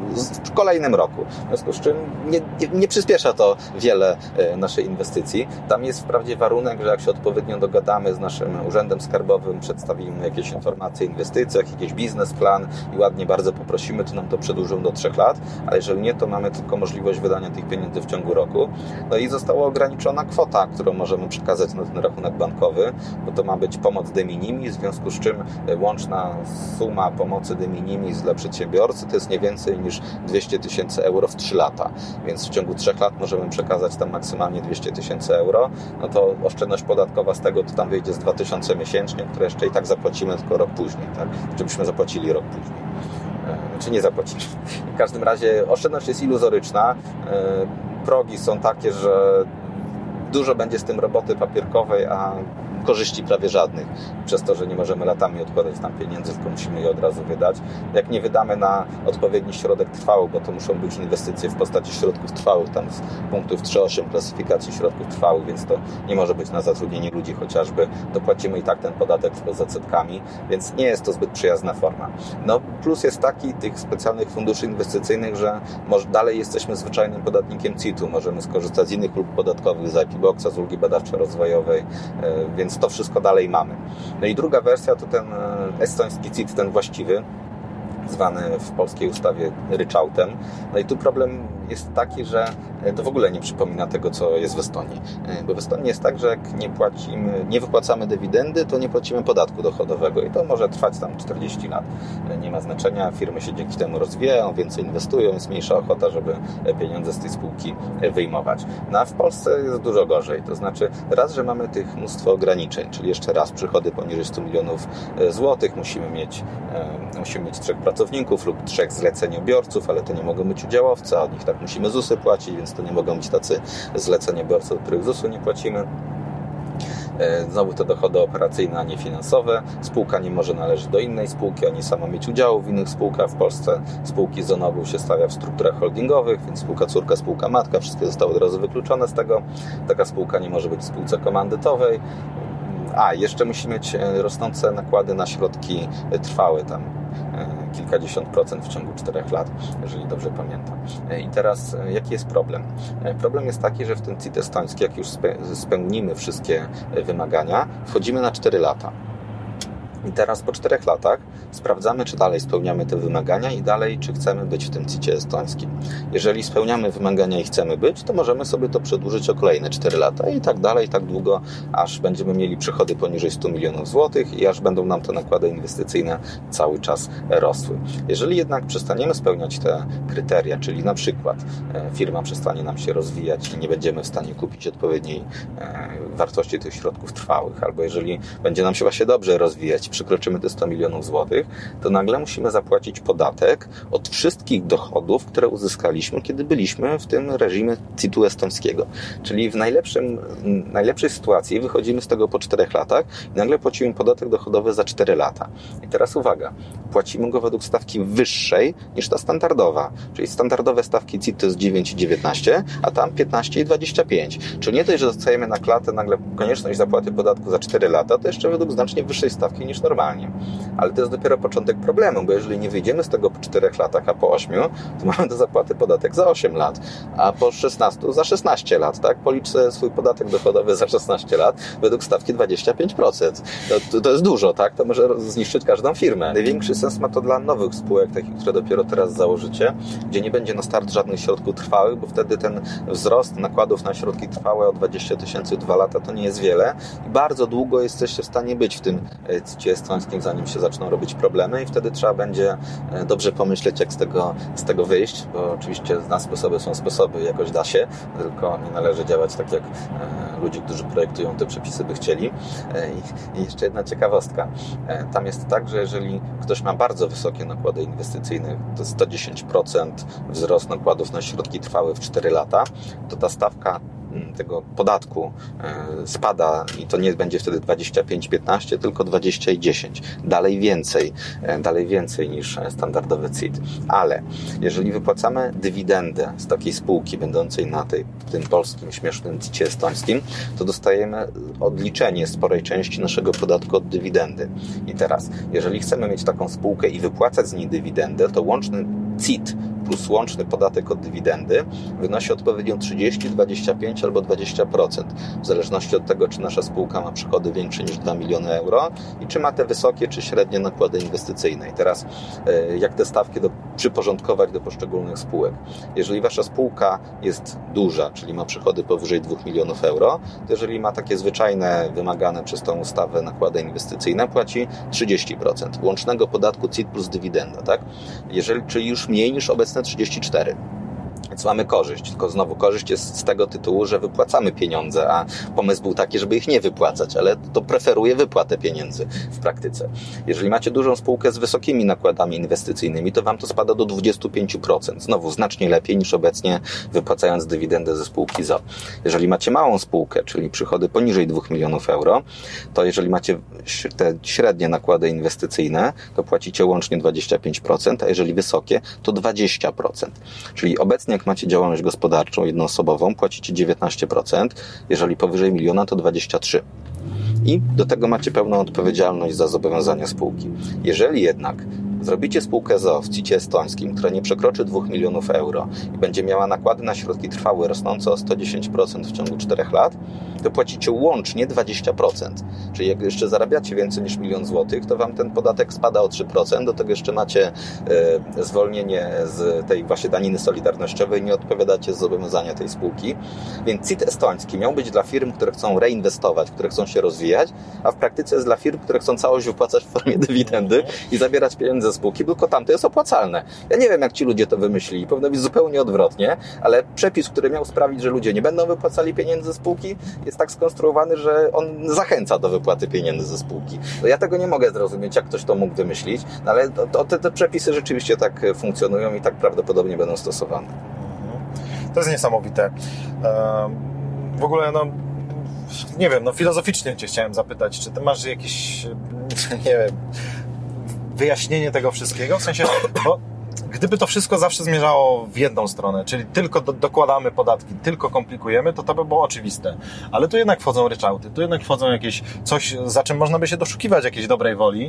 w kolejnym roku. W związku z czym nie przyspiesza to wiele naszej inwestycji. Tam jest wprawdzie warunek, że jak się odpowiednio dogadamy z naszym urzędem skarbowym, przedstawimy jakieś informacje o inwestycjach, jakiś biznesplan i ładnie bardzo poprosimy, to nam to przedłużą do 3 lat, ale jeżeli nie, to mamy tylko możliwość wydania tych pieniędzy w ciągu roku. No i została ograniczona kwota, którą możemy przekazać na ten rachunek bankowy, bo to ma być pomoc de minimis, w związku z czym łączna suma pomocy de minimis dla przedsiębiorcy to jest nie więcej niż 200 000 euro w 3 lata, więc w ciągu 3 lat możemy przekazać tam maksymalnie 200 000 euro, no to oszczędność podatkowa z tego to tam wyjdzie z 2000 miesięcznie, które jeszcze i tak zapłacimy tylko rok później, tak? Czy byśmy zapłacili rok później. Czy nie zapłacili. W każdym razie oszczędność jest iluzoryczna, progi są takie, że dużo będzie z tym roboty papierkowej, a korzyści prawie żadnych, przez to, że nie możemy latami odkładać tam pieniędzy, tylko musimy je od razu wydać. Jak nie wydamy na odpowiedni środek trwały, bo to muszą być inwestycje w postaci środków trwałych, tam z punktów 3.8 klasyfikacji środków trwałych, więc to nie może być na zatrudnienie ludzi chociażby, to płacimy i tak ten podatek z odsetkami, więc nie jest to zbyt przyjazna forma. No plus jest taki tych specjalnych funduszy inwestycyjnych, że dalej jesteśmy zwyczajnym podatnikiem CIT-u, możemy skorzystać z innych ulg podatkowych, z IP Boxa, z ulgi badawczo-rozwojowej, więc to wszystko dalej mamy. No i druga wersja to ten estoński CIT, ten właściwy, zwany w polskiej ustawie ryczałtem. No i tu problem jest taki, że to w ogóle nie przypomina tego, co jest w Estonii. Bo w Estonii jest tak, że jak nie wypłacamy dywidendy, to nie płacimy podatku dochodowego i to może trwać tam 40 lat. Nie ma znaczenia, firmy się dzięki temu rozwijają, więcej inwestują, jest mniejsza ochota, żeby pieniądze z tej spółki wyjmować. No a w Polsce jest dużo gorzej. To znaczy raz, że mamy tych mnóstwo ograniczeń, czyli jeszcze raz przychody poniżej 100 milionów złotych, musimy mieć 3 pracowników lub 3 zleceniobiorców, ale to nie mogą być udziałowcy, a od nich tak musimy ZUS-y płacić, więc to nie mogą być tacy zleceniobiorcy, od których ZUS-u nie płacimy. Znowu te dochody operacyjne, a nie finansowe. Spółka nie może należeć do innej spółki, ani sama mieć udziału w innych spółkach. W Polsce spółki z ZON-u się stawia w strukturach holdingowych, więc spółka córka, spółka matka, wszystkie zostały od razu wykluczone z tego. Taka spółka nie może być w spółce komandytowej. A, jeszcze musi mieć rosnące nakłady na środki trwałe tam. kilkadziesiąt procent w ciągu 4 lat, jeżeli dobrze pamiętam. I teraz jaki jest problem? Problem jest taki, że w ten CIT estoński, jak już spełnimy wszystkie wymagania, wchodzimy na 4 lata. I teraz po 4 latach sprawdzamy, czy dalej spełniamy te wymagania i dalej, czy chcemy być w tym CIT-cie estońskim. Jeżeli spełniamy wymagania i chcemy być, to możemy sobie to przedłużyć o kolejne 4 lata i tak dalej, tak długo, aż będziemy mieli przychody poniżej 100 milionów złotych i aż będą nam te nakłady inwestycyjne cały czas rosły. Jeżeli jednak przestaniemy spełniać te kryteria, czyli na przykład firma przestanie nam się rozwijać i nie będziemy w stanie kupić odpowiedniej wartości tych środków trwałych, albo jeżeli będzie nam się właśnie dobrze rozwijać, przekroczymy te 100 milionów złotych, to nagle musimy zapłacić podatek od wszystkich dochodów, które uzyskaliśmy, kiedy byliśmy w tym reżimie CIT-u estońskiego. Czyli w najlepszej sytuacji wychodzimy z tego po 4 latach i nagle płacimy podatek dochodowy za 4 lata. I teraz uwaga, płacimy go według stawki wyższej niż ta standardowa. Czyli standardowe stawki CIT to jest 9,19, a tam 15,25. Czyli nie dość, że dostajemy na klatę nagle konieczność zapłaty podatku za 4 lata, to jeszcze według znacznie wyższej stawki niż normalnie. Ale to jest dopiero początek problemu, bo jeżeli nie wyjdziemy z tego po 4 latach, a po 8, to mamy do zapłaty podatek za 8 lat, a po 16 za 16 lat, tak? Policz sobie swój podatek dochodowy za 16 lat według stawki 25%. To jest dużo, tak? To może zniszczyć każdą firmę. Największy sens ma to dla nowych spółek, takich, które dopiero teraz założycie, gdzie nie będzie na start żadnych środków trwałych, bo wtedy ten wzrost nakładów na środki trwałe o 20 000 2 lata to nie jest wiele i bardzo długo jesteście w stanie być w tym CIT-cie estońskim, zanim się zaczną robić problemy i wtedy trzeba będzie dobrze pomyśleć, jak z tego wyjść, bo oczywiście na sposoby są sposoby, jakoś da się, tylko nie należy działać tak, jak ludzie, którzy projektują te przepisy by chcieli. I jeszcze jedna ciekawostka. Tam jest tak, że jeżeli ktoś ma bardzo wysokie nakłady inwestycyjne, to 110% wzrost nakładów na środki trwałe w 4 lata, to ta stawka tego podatku spada i to nie będzie wtedy 25-15, tylko 20-10. Dalej więcej niż standardowy CIT. Ale jeżeli wypłacamy dywidendę z takiej spółki będącej na tym polskim śmiesznym CIT-cie estońskim, to dostajemy odliczenie sporej części naszego podatku od dywidendy. I teraz, jeżeli chcemy mieć taką spółkę i wypłacać z niej dywidendę, to łączny CIT plus łączny podatek od dywidendy wynosi odpowiednio 30, 25 albo 20%, w zależności od tego, czy nasza spółka ma przychody większe niż 2 miliony euro i czy ma te wysokie czy średnie nakłady inwestycyjne. I teraz jak te stawki przyporządkować do poszczególnych spółek? Jeżeli wasza spółka jest duża, czyli ma przychody powyżej 2 milionów euro, to jeżeli ma takie zwyczajne, wymagane przez tą ustawę nakłady inwestycyjne, płaci 30% łącznego podatku CIT plus dywidenda, tak? Czyli już mniej niż obecne 34%. Więc mamy korzyść, tylko znowu korzyść jest z tego tytułu, że wypłacamy pieniądze, a pomysł był taki, żeby ich nie wypłacać, ale to preferuje wypłatę pieniędzy w praktyce. Jeżeli macie dużą spółkę z wysokimi nakładami inwestycyjnymi, to wam to spada do 25%. Znowu znacznie lepiej niż obecnie wypłacając dywidendę ze spółki ZO. Jeżeli macie małą spółkę, czyli przychody poniżej 2 milionów euro, to jeżeli macie te średnie nakłady inwestycyjne, to płacicie łącznie 25%, a jeżeli wysokie, to 20%. Czyli obecnie jak macie działalność gospodarczą jednoosobową, płacicie 19%, jeżeli powyżej miliona to 23%. I do tego macie pełną odpowiedzialność za zobowiązania spółki. Jeżeli jednak zrobicie spółkę ZOO w CIT-cie estońskim, która nie przekroczy 2 milionów euro i będzie miała nakłady na środki trwałe rosnące o 110% w ciągu 4 lat, to płacicie łącznie 20%. Czyli jak jeszcze zarabiacie więcej niż 1 000 000 złotych, to wam ten podatek spada o 3%, do tego jeszcze macie zwolnienie z tej właśnie daniny solidarnościowej, nie odpowiadacie z zobowiązania tej spółki. Więc CIT estoński miał być dla firm, które chcą reinwestować, które chcą się rozwijać, a w praktyce jest dla firm, które chcą całość wypłacać w formie dywidendy i zabierać pieniądze ze spółki, tylko tamto jest opłacalne. Ja nie wiem, jak ci ludzie to wymyślili, powinno być zupełnie odwrotnie, ale przepis, który miał sprawić, że ludzie nie będą wypłacali pieniędzy ze spółki, jest tak skonstruowany, że on zachęca do wypłaty pieniędzy ze spółki. No ja tego nie mogę zrozumieć, jak ktoś to mógł wymyślić, no ale te przepisy rzeczywiście tak funkcjonują i tak prawdopodobnie będą stosowane. To jest niesamowite. W ogóle, nie wiem, filozoficznie cię chciałem zapytać, czy ty masz jakieś, nie wiem, wyjaśnienie tego wszystkiego? W sensie, bo gdyby to wszystko zawsze zmierzało w jedną stronę, czyli tylko dokładamy podatki, tylko komplikujemy, to by było oczywiste. Ale tu jednak wchodzą ryczałty, tu jednak wchodzą jakieś coś, za czym można by się doszukiwać jakiejś dobrej woli,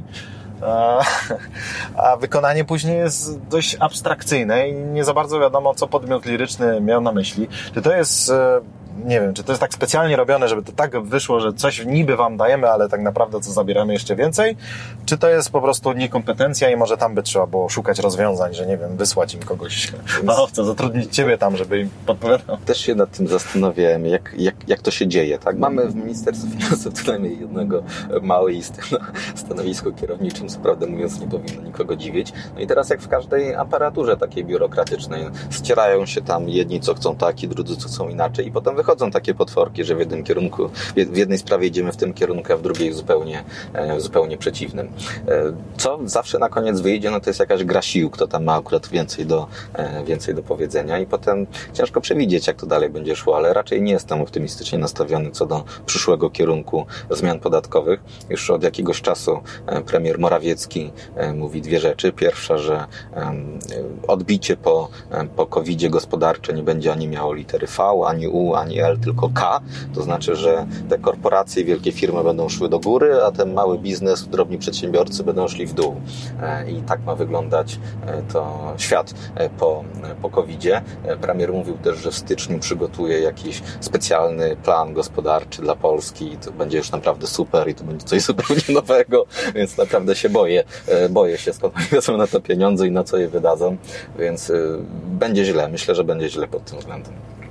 a wykonanie później jest dość abstrakcyjne i nie za bardzo wiadomo, co podmiot liryczny miał na myśli. Czy to jest... Nie wiem, czy to jest tak specjalnie robione, żeby to tak wyszło, że coś niby wam dajemy, ale tak naprawdę co zabieramy jeszcze więcej? Czy to jest po prostu niekompetencja i może tam by trzeba było szukać rozwiązań, że nie wiem, wysłać im kogoś fachowca, zatrudnić ciebie tam, żeby im podpowiadał? Też się nad tym zastanawiałem, jak to się dzieje, tak? Mamy w Ministerstwie Finansów co najmniej jednego maoistę na stanowisku kierowniczym, co prawdę mówiąc nie powinno nikogo dziwić. No i teraz jak w każdej aparaturze takiej biurokratycznej, ścierają się tam jedni co chcą tak i drudzy co chcą inaczej i potem wychodzą takie potworki, że w jednym kierunku, w jednej sprawie idziemy w tym kierunku, a w drugiej zupełnie przeciwnym. Co zawsze na koniec wyjdzie, no to jest jakaś gra sił, kto tam ma akurat więcej do powiedzenia i potem ciężko przewidzieć, jak to dalej będzie szło, ale raczej nie jestem optymistycznie nastawiony co do przyszłego kierunku zmian podatkowych. Już od jakiegoś czasu premier Morawiecki mówi dwie rzeczy. Pierwsza, że odbicie po COVID-zie gospodarcze nie będzie ani miało litery V, ani U, ani L, tylko K. To znaczy, że te korporacje i wielkie firmy będą szły do góry, a ten mały biznes, drobni przedsiębiorcy będą szli w dół. I tak ma wyglądać to świat po COVID-zie. Premier mówił też, że w styczniu przygotuje jakiś specjalny plan gospodarczy dla Polski i to będzie już naprawdę super i to będzie coś zupełnie nowego, więc naprawdę się boję się, skąd oni wezmą na to pieniądze i na co je wydadzą, więc będzie źle. Myślę, że będzie źle pod tym względem.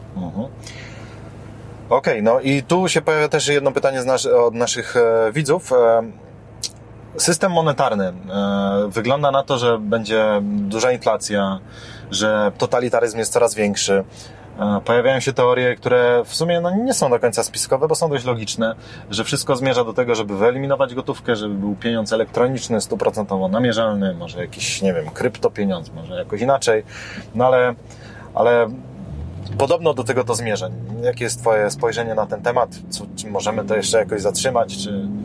Okej, no i tu się pojawia też jedno pytanie od naszych widzów. System monetarny. Wygląda na to, że będzie duża inflacja, że totalitaryzm jest coraz większy. Pojawiają się teorie, które w sumie nie są do końca spiskowe, bo są dość logiczne, że wszystko zmierza do tego, żeby wyeliminować gotówkę, żeby był pieniądz elektroniczny, 100% namierzalny, może jakiś, nie wiem, kryptopieniądz, może jakoś inaczej, no ale podobno do tego to zmierza. Jakie jest Twoje spojrzenie na ten temat? Czy możemy to jeszcze jakoś zatrzymać,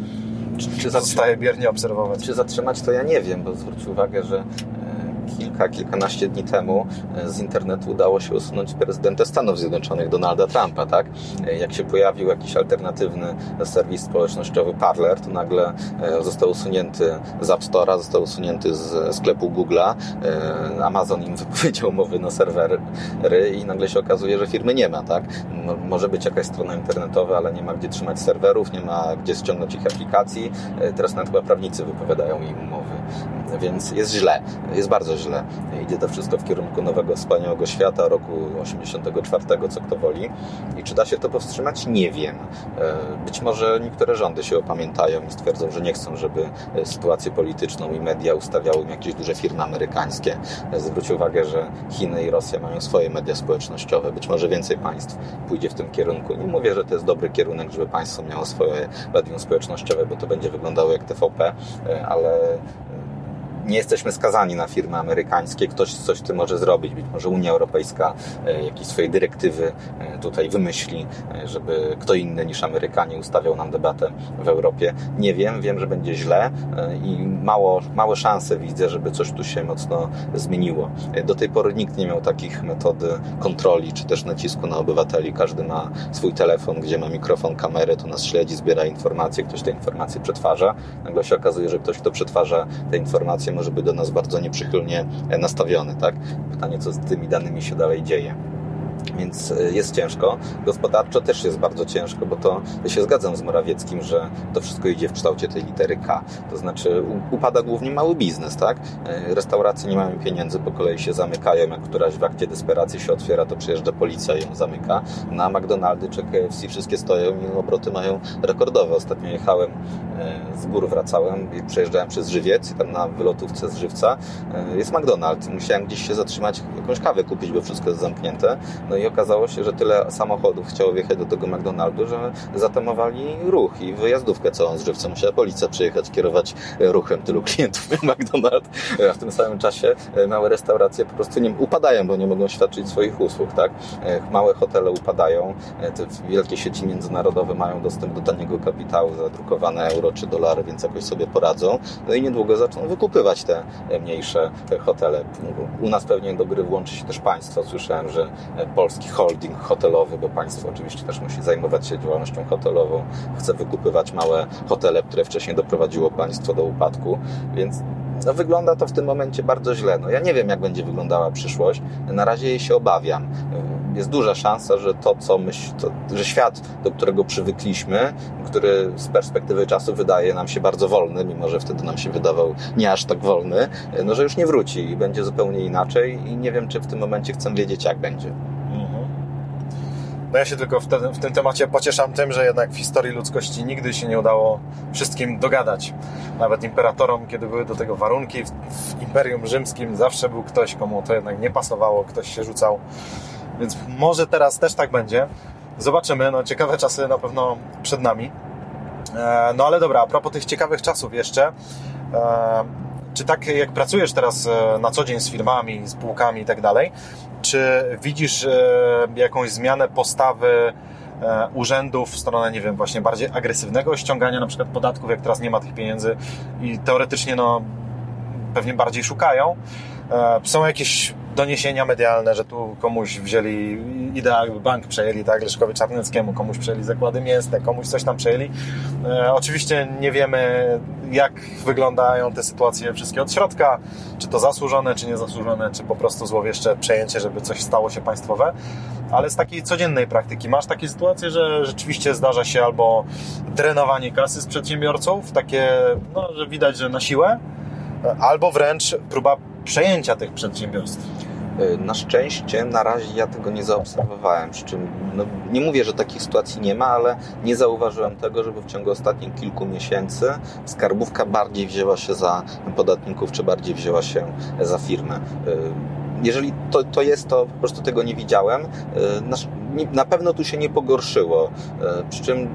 czy zostaje biernie obserwować? Czy zatrzymać, to ja nie wiem, bo zwróć uwagę, że kilkanaście dni temu z internetu udało się usunąć prezydenta Stanów Zjednoczonych, Donalda Trumpa, tak? Jak się pojawił jakiś alternatywny serwis społecznościowy Parler, to nagle został usunięty z App Store'a, został usunięty z sklepu Google'a, Amazon im wypowiedział umowy na serwery i nagle się okazuje, że firmy nie ma, tak? No, może być jakaś strona internetowa, ale nie ma gdzie trzymać serwerów, nie ma gdzie ściągnąć ich aplikacji. Teraz nawet chyba prawnicy wypowiadają im umowy. Więc jest źle, jest bardzo źle. Idzie to wszystko w kierunku nowego, wspaniałego świata, roku 84, co kto woli. I czy da się to powstrzymać? Nie wiem. Być może niektóre rządy się opamiętają i stwierdzą, że nie chcą, żeby sytuację polityczną i media ustawiały im jakieś duże firmy amerykańskie. Zwróć uwagę, że Chiny i Rosja mają swoje media społecznościowe. Być może więcej państw pójdzie w tym kierunku. Nie mówię, że to jest dobry kierunek, żeby państwo miało swoje medium społecznościowe, bo to będzie wyglądało jak TVP, ale nie jesteśmy skazani na firmy amerykańskie. Ktoś coś z tym może zrobić. Być może Unia Europejska jakieś swoje dyrektywy tutaj wymyśli, żeby kto inny niż Amerykanie ustawiał nam debatę w Europie. Nie wiem. Wiem, że będzie źle i małe szanse widzę, żeby coś tu się mocno zmieniło. Do tej pory nikt nie miał takich metody kontroli, czy też nacisku na obywateli. Każdy ma swój telefon, gdzie ma mikrofon, kamerę, to nas śledzi, zbiera informacje, ktoś te informacje przetwarza. Nagle się okazuje, że ktoś, kto przetwarza te informacje, może być do nas bardzo nieprzychylnie nastawiony, tak? Pytanie, co z tymi danymi się dalej dzieje. Więc jest ciężko. Gospodarczo też jest bardzo ciężko, bo to ja się zgadzam z Morawieckim, że to wszystko idzie w kształcie tej litery K. To znaczy upada głównie mały biznes, tak? Restauracje nie mają pieniędzy, po kolei się zamykają, jak któraś w akcie desperacji się otwiera, to przyjeżdża policja i ją zamyka. Na McDonaldy czy KFC wszystkie stoją i obroty mają rekordowe. Ostatnio jechałem z gór, wracałem i przejeżdżałem przez Żywiec i tam na wylotówce z Żywca jest McDonald's. Musiałem gdzieś się zatrzymać, jakąś kawę kupić, bo wszystko jest zamknięte. No i okazało się, że tyle samochodów chciało wjechać do tego McDonaldu, że zatamowali ruch i wyjazdówkę całą z Żywca. Musiała policja przyjechać, kierować ruchem tylu klientów jak McDonald's. A w tym samym czasie małe restauracje po prostu nie upadają, bo nie mogą świadczyć swoich usług, tak? Małe hotele upadają, te wielkie sieci międzynarodowe mają dostęp do taniego kapitału, zadrukowane euro czy dolary, więc jakoś sobie poradzą. No i niedługo zaczną wykupywać te mniejsze hotele. U nas pewnie do gry włączy się też państwo. Słyszałem, że polski holding hotelowy, bo państwo oczywiście też musi zajmować się działalnością hotelową, chce wykupywać małe hotele, które wcześniej doprowadziło państwo do upadku, więc no, wygląda to w tym momencie bardzo źle. No, ja nie wiem, jak będzie wyglądała przyszłość. Na razie jej się obawiam. Jest duża szansa, że że świat, do którego przywykliśmy, który z perspektywy czasu wydaje nam się bardzo wolny, mimo że wtedy nam się wydawał nie aż tak wolny, no, że już nie wróci i będzie zupełnie inaczej i nie wiem, czy w tym momencie chcę wiedzieć, jak będzie. No ja się tylko w tym temacie pocieszam tym, że jednak w historii ludzkości nigdy się nie udało wszystkim dogadać. Nawet imperatorom, kiedy były do tego warunki, w Imperium Rzymskim zawsze był ktoś, komu to jednak nie pasowało, ktoś się rzucał. Więc może teraz też tak będzie. Zobaczymy, no ciekawe czasy na pewno przed nami. No ale dobra, a propos tych ciekawych czasów jeszcze, czy tak jak pracujesz teraz na co dzień z firmami, z spółkami i tak dalej, czy widzisz jakąś zmianę postawy urzędów w stronę, nie wiem, właśnie bardziej agresywnego ściągania na przykład podatków, jak teraz nie ma tych pieniędzy i teoretycznie no pewnie bardziej szukają? Są jakieś doniesienia medialne, że tu komuś wzięli Ideal Bank, przejęli, tak, Leszkowi Czarneckiemu, komuś przejęli zakłady mięsne, komuś coś tam przejęli. Oczywiście nie wiemy, jak wyglądają te sytuacje wszystkie od środka, czy to zasłużone, czy niezasłużone, czy po prostu złowieszcze przejęcie, żeby coś stało się państwowe. Ale z takiej codziennej praktyki masz takie sytuacje, że rzeczywiście zdarza się albo drenowanie kasy z przedsiębiorców, takie, no, że widać, że na siłę, albo wręcz próba przejęcia tych przedsiębiorstw. Na szczęście na razie ja tego nie zaobserwowałem, przy czym no, nie mówię, że takich sytuacji nie ma, ale nie zauważyłem tego, żeby w ciągu ostatnich kilku miesięcy skarbówka bardziej wzięła się za podatników, czy bardziej wzięła się za firmę. Jeżeli to jest, to po prostu tego nie widziałem. Na pewno tu się nie pogorszyło, przy czym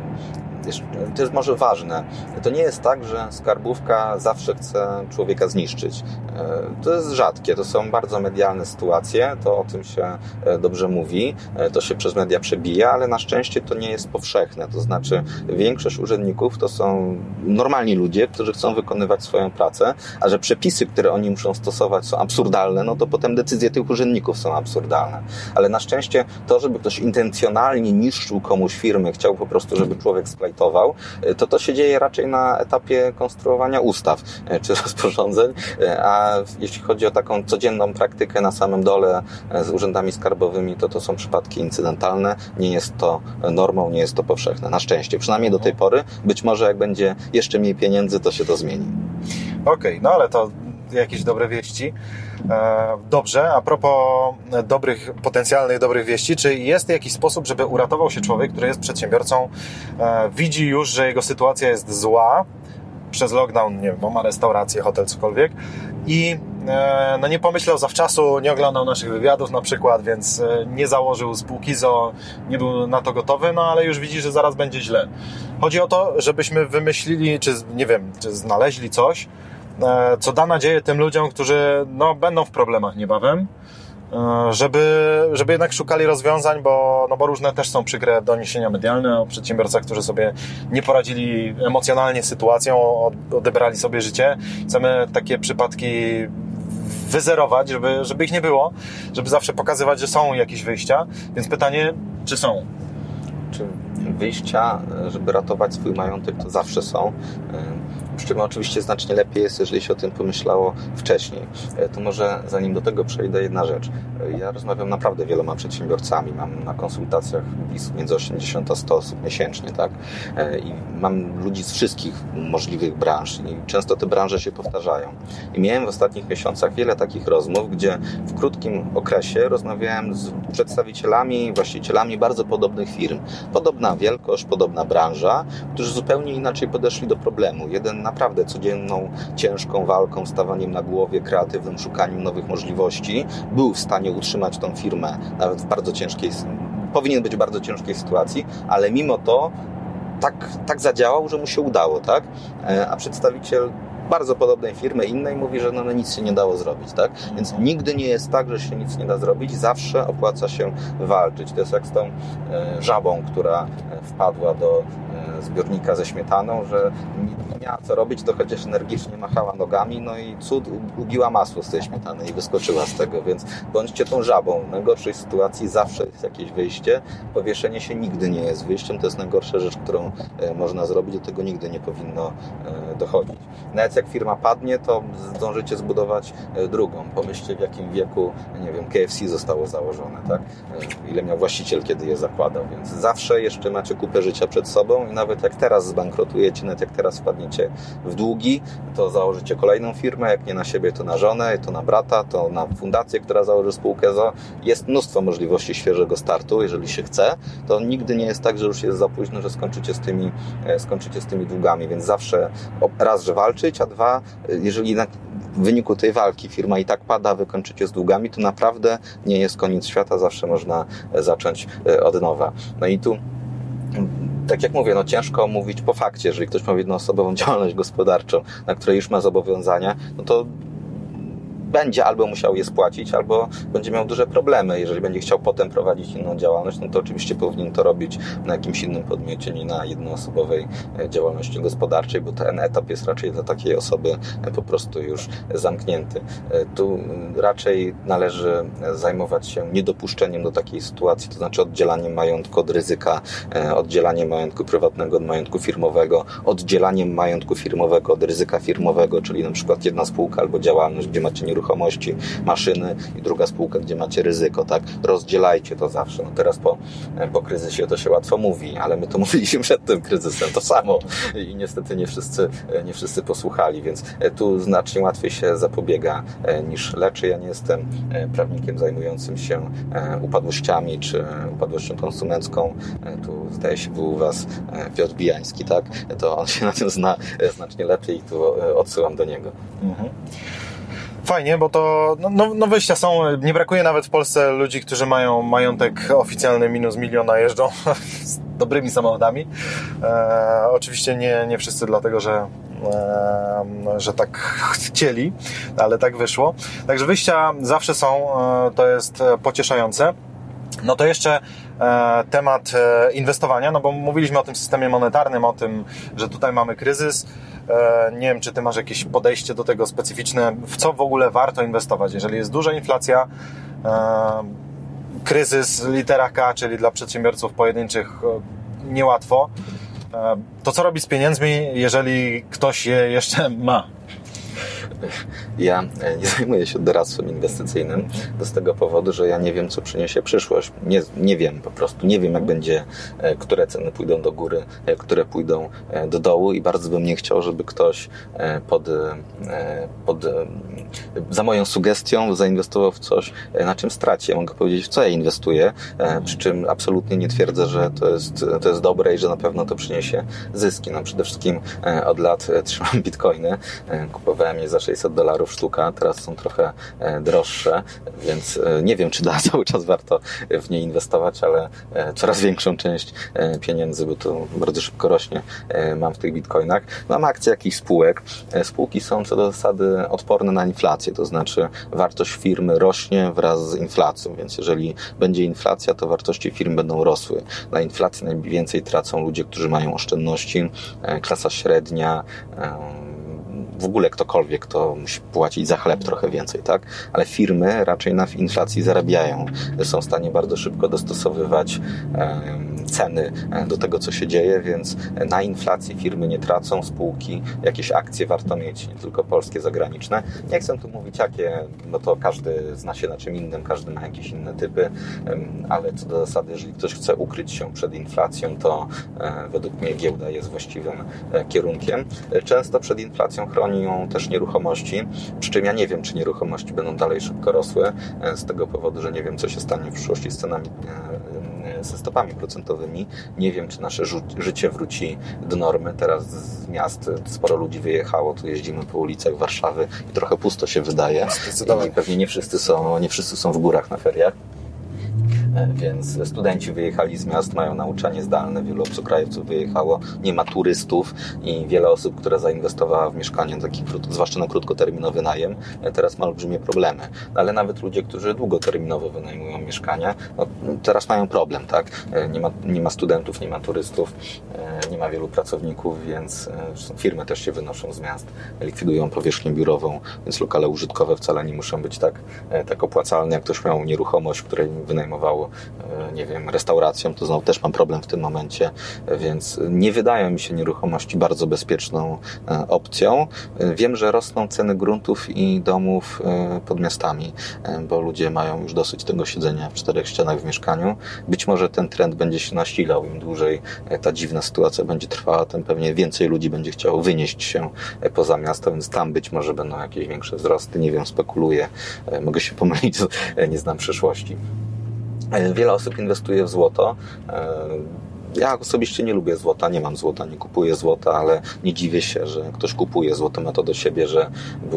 to jest może ważne. To nie jest tak, że skarbówka zawsze chce człowieka zniszczyć. To jest rzadkie, to są bardzo medialne sytuacje, to o tym się dobrze mówi, to się przez media przebija, ale na szczęście to nie jest powszechne. To znaczy większość urzędników to są normalni ludzie, którzy chcą wykonywać swoją pracę, a że przepisy, które oni muszą stosować, są absurdalne, no to potem decyzje tych urzędników są absurdalne. Ale na szczęście to, żeby ktoś intencjonalnie niszczył komuś firmy, chciał po prostu, żeby człowiek splajtował, to się dzieje raczej na etapie konstruowania ustaw czy rozporządzeń, a jeśli chodzi o taką codzienną praktykę na samym dole z urzędami skarbowymi, to są przypadki incydentalne, nie jest to normą, nie jest to powszechne, na szczęście, przynajmniej do tej pory. Być może jak będzie jeszcze mniej pieniędzy, to się to zmieni. Okej, no ale to jakieś dobre wieści. Dobrze, a propos potencjalnych dobrych wieści, czy jest jakiś sposób, żeby uratował się człowiek, który jest przedsiębiorcą, widzi już, że jego sytuacja jest zła, przez lockdown, nie wiem, bo ma restaurację, hotel, cokolwiek i no nie pomyślał zawczasu, nie oglądał naszych wywiadów na przykład, więc nie założył spółki ZOO, nie był na to gotowy, no ale już widzi, że zaraz będzie źle. Chodzi o to, żebyśmy wymyślili, czy nie wiem, czy znaleźli coś, co da nadzieję tym ludziom, którzy no, będą w problemach niebawem, żeby jednak szukali rozwiązań, bo różne też są przykre doniesienia medialne o przedsiębiorcach, którzy sobie nie poradzili emocjonalnie z sytuacją, odebrali sobie życie. Chcemy takie przypadki wyzerować, żeby ich nie było, żeby zawsze pokazywać, że są jakieś wyjścia. Więc pytanie, czy są? Czy wyjścia, żeby ratować swój majątek, to zawsze są. Przy czym oczywiście znacznie lepiej jest, jeżeli się o tym pomyślało wcześniej. To może zanim do tego przejdę, jedna rzecz. Ja rozmawiam naprawdę wieloma przedsiębiorcami. Mam na konsultacjach między 80 a 100 osób miesięcznie, tak? I mam ludzi z wszystkich możliwych branż i często te branże się powtarzają. I miałem w ostatnich miesiącach wiele takich rozmów, gdzie w krótkim okresie rozmawiałem z przedstawicielami, właścicielami bardzo podobnych firm. Podobna wielkość, podobna branża, którzy zupełnie inaczej podeszli do problemu. Jeden naprawdę codzienną, ciężką walką, stawaniem na głowie, kreatywnym szukaniem nowych możliwości był w stanie utrzymać tą firmę nawet w bardzo ciężkiej, powinien być w bardzo ciężkiej sytuacji, ale mimo to tak zadziałał, że mu się udało, tak? A przedstawiciel bardzo podobnej firmy, innej, mówi, że no nic się nie dało zrobić, tak? Więc nigdy nie jest tak, że się nic nie da zrobić, zawsze opłaca się walczyć. To jest jak z tą żabą, która wpadła do zbiornika ze śmietaną, że nie miała co robić, to chociaż energicznie machała nogami, no i cud, ubiła masło z tej śmietany i wyskoczyła z tego, więc bądźcie tą żabą. W najgorszej sytuacji zawsze jest jakieś wyjście. Powieszenie się nigdy nie jest wyjściem, to jest najgorsza rzecz, którą można zrobić, do tego nigdy nie powinno dochodzić. Nawet jak firma padnie, to zdążycie zbudować drugą. Pomyślcie, w jakim wieku, nie wiem, KFC zostało założone, tak? Ile miał właściciel, kiedy je zakładał, więc zawsze jeszcze macie kupę życia przed sobą i nawet jak teraz zbankrutujecie, nawet jak teraz wpadniecie w długi, to założycie kolejną firmę, jak nie na siebie, to na żonę, to na brata, to na fundację, która założy spółkę ZOO. Jest mnóstwo możliwości świeżego startu, jeżeli się chce, to nigdy nie jest tak, że już jest za późno, że skończycie z tymi długami, więc zawsze raz, że walczyć, a dwa, jeżeli w wyniku tej walki firma i tak pada, wy kończycie z długami, to naprawdę nie jest koniec świata, zawsze można zacząć od nowa. No i tu, tak jak mówię, no ciężko mówić po fakcie, jeżeli ktoś ma jednoosobową działalność gospodarczą, na której już ma zobowiązania, no to będzie albo musiał je spłacić, albo będzie miał duże problemy. Jeżeli będzie chciał potem prowadzić inną działalność, no to oczywiście powinien to robić na jakimś innym podmiocie, nie na jednoosobowej działalności gospodarczej, bo ten etap jest raczej dla takiej osoby po prostu już zamknięty. Tu raczej należy zajmować się niedopuszczeniem do takiej sytuacji, to znaczy oddzielaniem majątku od ryzyka, oddzielaniem majątku prywatnego od majątku firmowego, oddzielaniem majątku firmowego od ryzyka firmowego, czyli na przykład jedna spółka albo działalność, gdzie macie nieruchomości, maszyny i druga spółka, gdzie macie ryzyko, tak? Rozdzielajcie to zawsze. No teraz po kryzysie to się łatwo mówi, ale my to mówiliśmy przed tym kryzysem to samo i niestety nie wszyscy posłuchali, więc tu znacznie łatwiej się zapobiega niż leczy. Ja nie jestem prawnikiem zajmującym się upadłościami czy upadłością konsumencką. Tu zdaje się był u Was Piotr Bijański, tak? To on się na tym zna znacznie lepiej i tu odsyłam do niego. Mhm. Fajnie, bo to no wyjścia są. Nie brakuje nawet w Polsce ludzi, którzy mają majątek oficjalny minus 1 000 000, jeżdżą z dobrymi samochodami. Oczywiście nie wszyscy dlatego, że tak chcieli, ale tak wyszło. Także wyjścia zawsze są, to jest pocieszające. No to jeszcze temat inwestowania, no bo mówiliśmy o tym systemie monetarnym, o tym, że tutaj mamy kryzys. Nie wiem, czy Ty masz jakieś podejście do tego specyficzne, w co w ogóle warto inwestować. Jeżeli jest duża inflacja, kryzys litera K, czyli dla przedsiębiorców pojedynczych niełatwo, to co robić z pieniędzmi, jeżeli ktoś je jeszcze ma? Ja nie zajmuję się doradztwem inwestycyjnym z tego powodu, że ja nie wiem, co przyniesie przyszłość. Nie wiem po prostu. Nie wiem, jak będzie, które ceny pójdą do góry, które pójdą do dołu i bardzo bym nie chciał, żeby ktoś za moją sugestią zainwestował w coś, na czym straci. Ja mogę powiedzieć, w co ja inwestuję, przy czym absolutnie nie twierdzę, że to jest dobre i że na pewno to przyniesie zyski. No przede wszystkim od lat trzymam bitcoiny. Kupowałem je za $600 sztuka, teraz są trochę droższe, więc nie wiem, czy cały czas warto w nie inwestować, ale coraz większą część pieniędzy, bo to bardzo szybko rośnie, mam w tych bitcoinach. Mam akcje jakichś spółek. Spółki są co do zasady odporne na inflację, to znaczy wartość firmy rośnie wraz z inflacją, więc jeżeli będzie inflacja, to wartości firm będą rosły. Na inflacji najwięcej tracą ludzie, którzy mają oszczędności, klasa średnia, w ogóle ktokolwiek, kto musi płacić za chleb trochę więcej, tak? Ale firmy raczej na inflacji zarabiają. Są w stanie bardzo szybko dostosowywać ceny do tego, co się dzieje, więc na inflacji firmy nie tracą, spółki, jakieś akcje warto mieć, nie tylko polskie, zagraniczne. Nie chcę tu mówić jakie, no to każdy zna się na czym innym, każdy ma jakieś inne typy, ale co do zasady, jeżeli ktoś chce ukryć się przed inflacją, to według mnie giełda jest właściwym kierunkiem. Często przed inflacją chroni ją też nieruchomości, przy czym ja nie wiem, czy nieruchomości będą dalej szybko rosły, z tego powodu, że nie wiem, co się stanie w przyszłości z cenami ze stopami procentowymi. Nie wiem, czy nasze życie wróci do normy. Teraz z miast sporo ludzi wyjechało, tu jeździmy po ulicach Warszawy i trochę pusto się wydaje. I pewnie nie wszyscy są w górach na feriach. Więc studenci wyjechali z miast, mają nauczanie zdalne, wielu obcokrajowców wyjechało, nie ma turystów i wiele osób, które zainwestowała w mieszkanie, zwłaszcza na krótkoterminowy najem, teraz ma olbrzymie problemy. Ale nawet ludzie, którzy długoterminowo wynajmują mieszkania, teraz mają problem, tak? Nie ma studentów, nie ma turystów, nie ma wielu pracowników, więc firmy też się wynoszą z miast, likwidują powierzchnię biurową, więc lokale użytkowe wcale nie muszą być tak opłacalne, jak ktoś miał nieruchomość, której wynajmowało, nie wiem, restauracją, to znowu też mam problem w tym momencie, więc nie wydają mi się nieruchomości bardzo bezpieczną opcją. Wiem, że rosną ceny gruntów i domów pod miastami, bo ludzie mają już dosyć tego siedzenia w czterech ścianach w mieszkaniu. Być może ten trend będzie się nasilał, im dłużej ta dziwna sytuacja będzie trwała, tym pewnie więcej ludzi będzie chciało wynieść się poza miasto, więc tam być może będą jakieś większe wzrosty, nie wiem, spekuluję, mogę się pomylić, nie znam przyszłości. Wiele osób inwestuje w złoto. Ja osobiście nie lubię złota, nie mam złota, nie kupuję złota, ale nie dziwię się, że ktoś kupuje złoto, ma to do siebie, że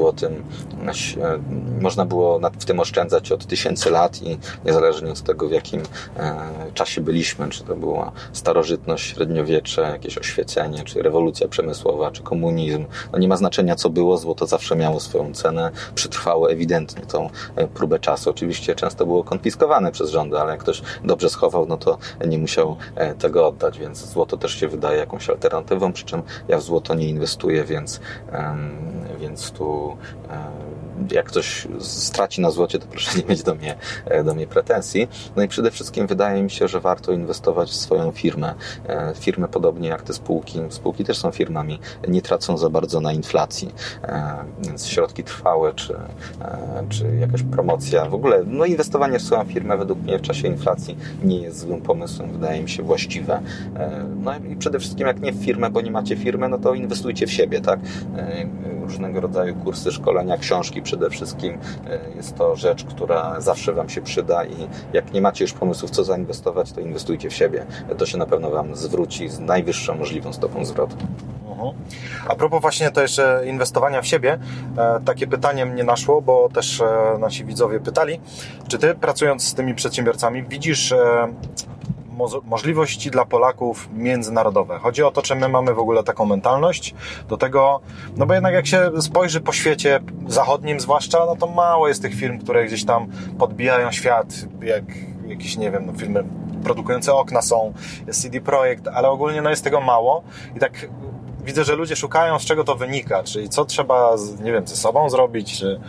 można było w tym oszczędzać od 1000 lat i niezależnie od tego, w jakim czasie byliśmy, czy to była starożytność, średniowiecze, jakieś oświecenie, czy rewolucja przemysłowa, czy komunizm, nie ma znaczenia, co było, złoto zawsze miało swoją cenę, przetrwało ewidentnie tą próbę czasu. Oczywiście często było konfiskowane przez rządy, ale jak ktoś dobrze schował, no to nie musiał tego oddać, więc złoto też się wydaje jakąś alternatywą, przy czym ja w złoto nie inwestuję, więc tu jak ktoś straci na złocie, to proszę nie mieć do mnie pretensji. No i przede wszystkim wydaje mi się, że warto inwestować w swoją firmę. Firmy podobnie jak te spółki też są firmami, nie tracą za bardzo na inflacji, więc środki trwałe, czy jakaś promocja, w ogóle inwestowanie w swoją firmę według mnie w czasie inflacji nie jest złym pomysłem, wydaje mi się właściwe. No i przede wszystkim jak nie w firmę, bo nie macie firmy, no to inwestujcie w siebie, tak? Różnego rodzaju kursy, szkolenia, książki przede wszystkim. Jest to rzecz, która zawsze Wam się przyda i jak nie macie już pomysłów, co zainwestować, to inwestujcie w siebie. To się na pewno Wam zwróci z najwyższą możliwą stopą zwrotu. A propos właśnie to jeszcze inwestowania w siebie, takie pytanie mnie naszło, bo też nasi widzowie pytali, czy Ty, pracując z tymi przedsiębiorcami, widzisz możliwości dla Polaków międzynarodowe. Chodzi o to, czy my mamy w ogóle taką mentalność do tego, no bo jednak jak się spojrzy po świecie zachodnim zwłaszcza, no to mało jest tych firm, które gdzieś tam podbijają świat, jak jakieś, nie wiem, firmy produkujące okna są, jest CD Projekt, ale ogólnie jest tego mało i tak widzę, że ludzie szukają, z czego to wynika, czyli co trzeba, nie wiem, ze sobą zrobić, czy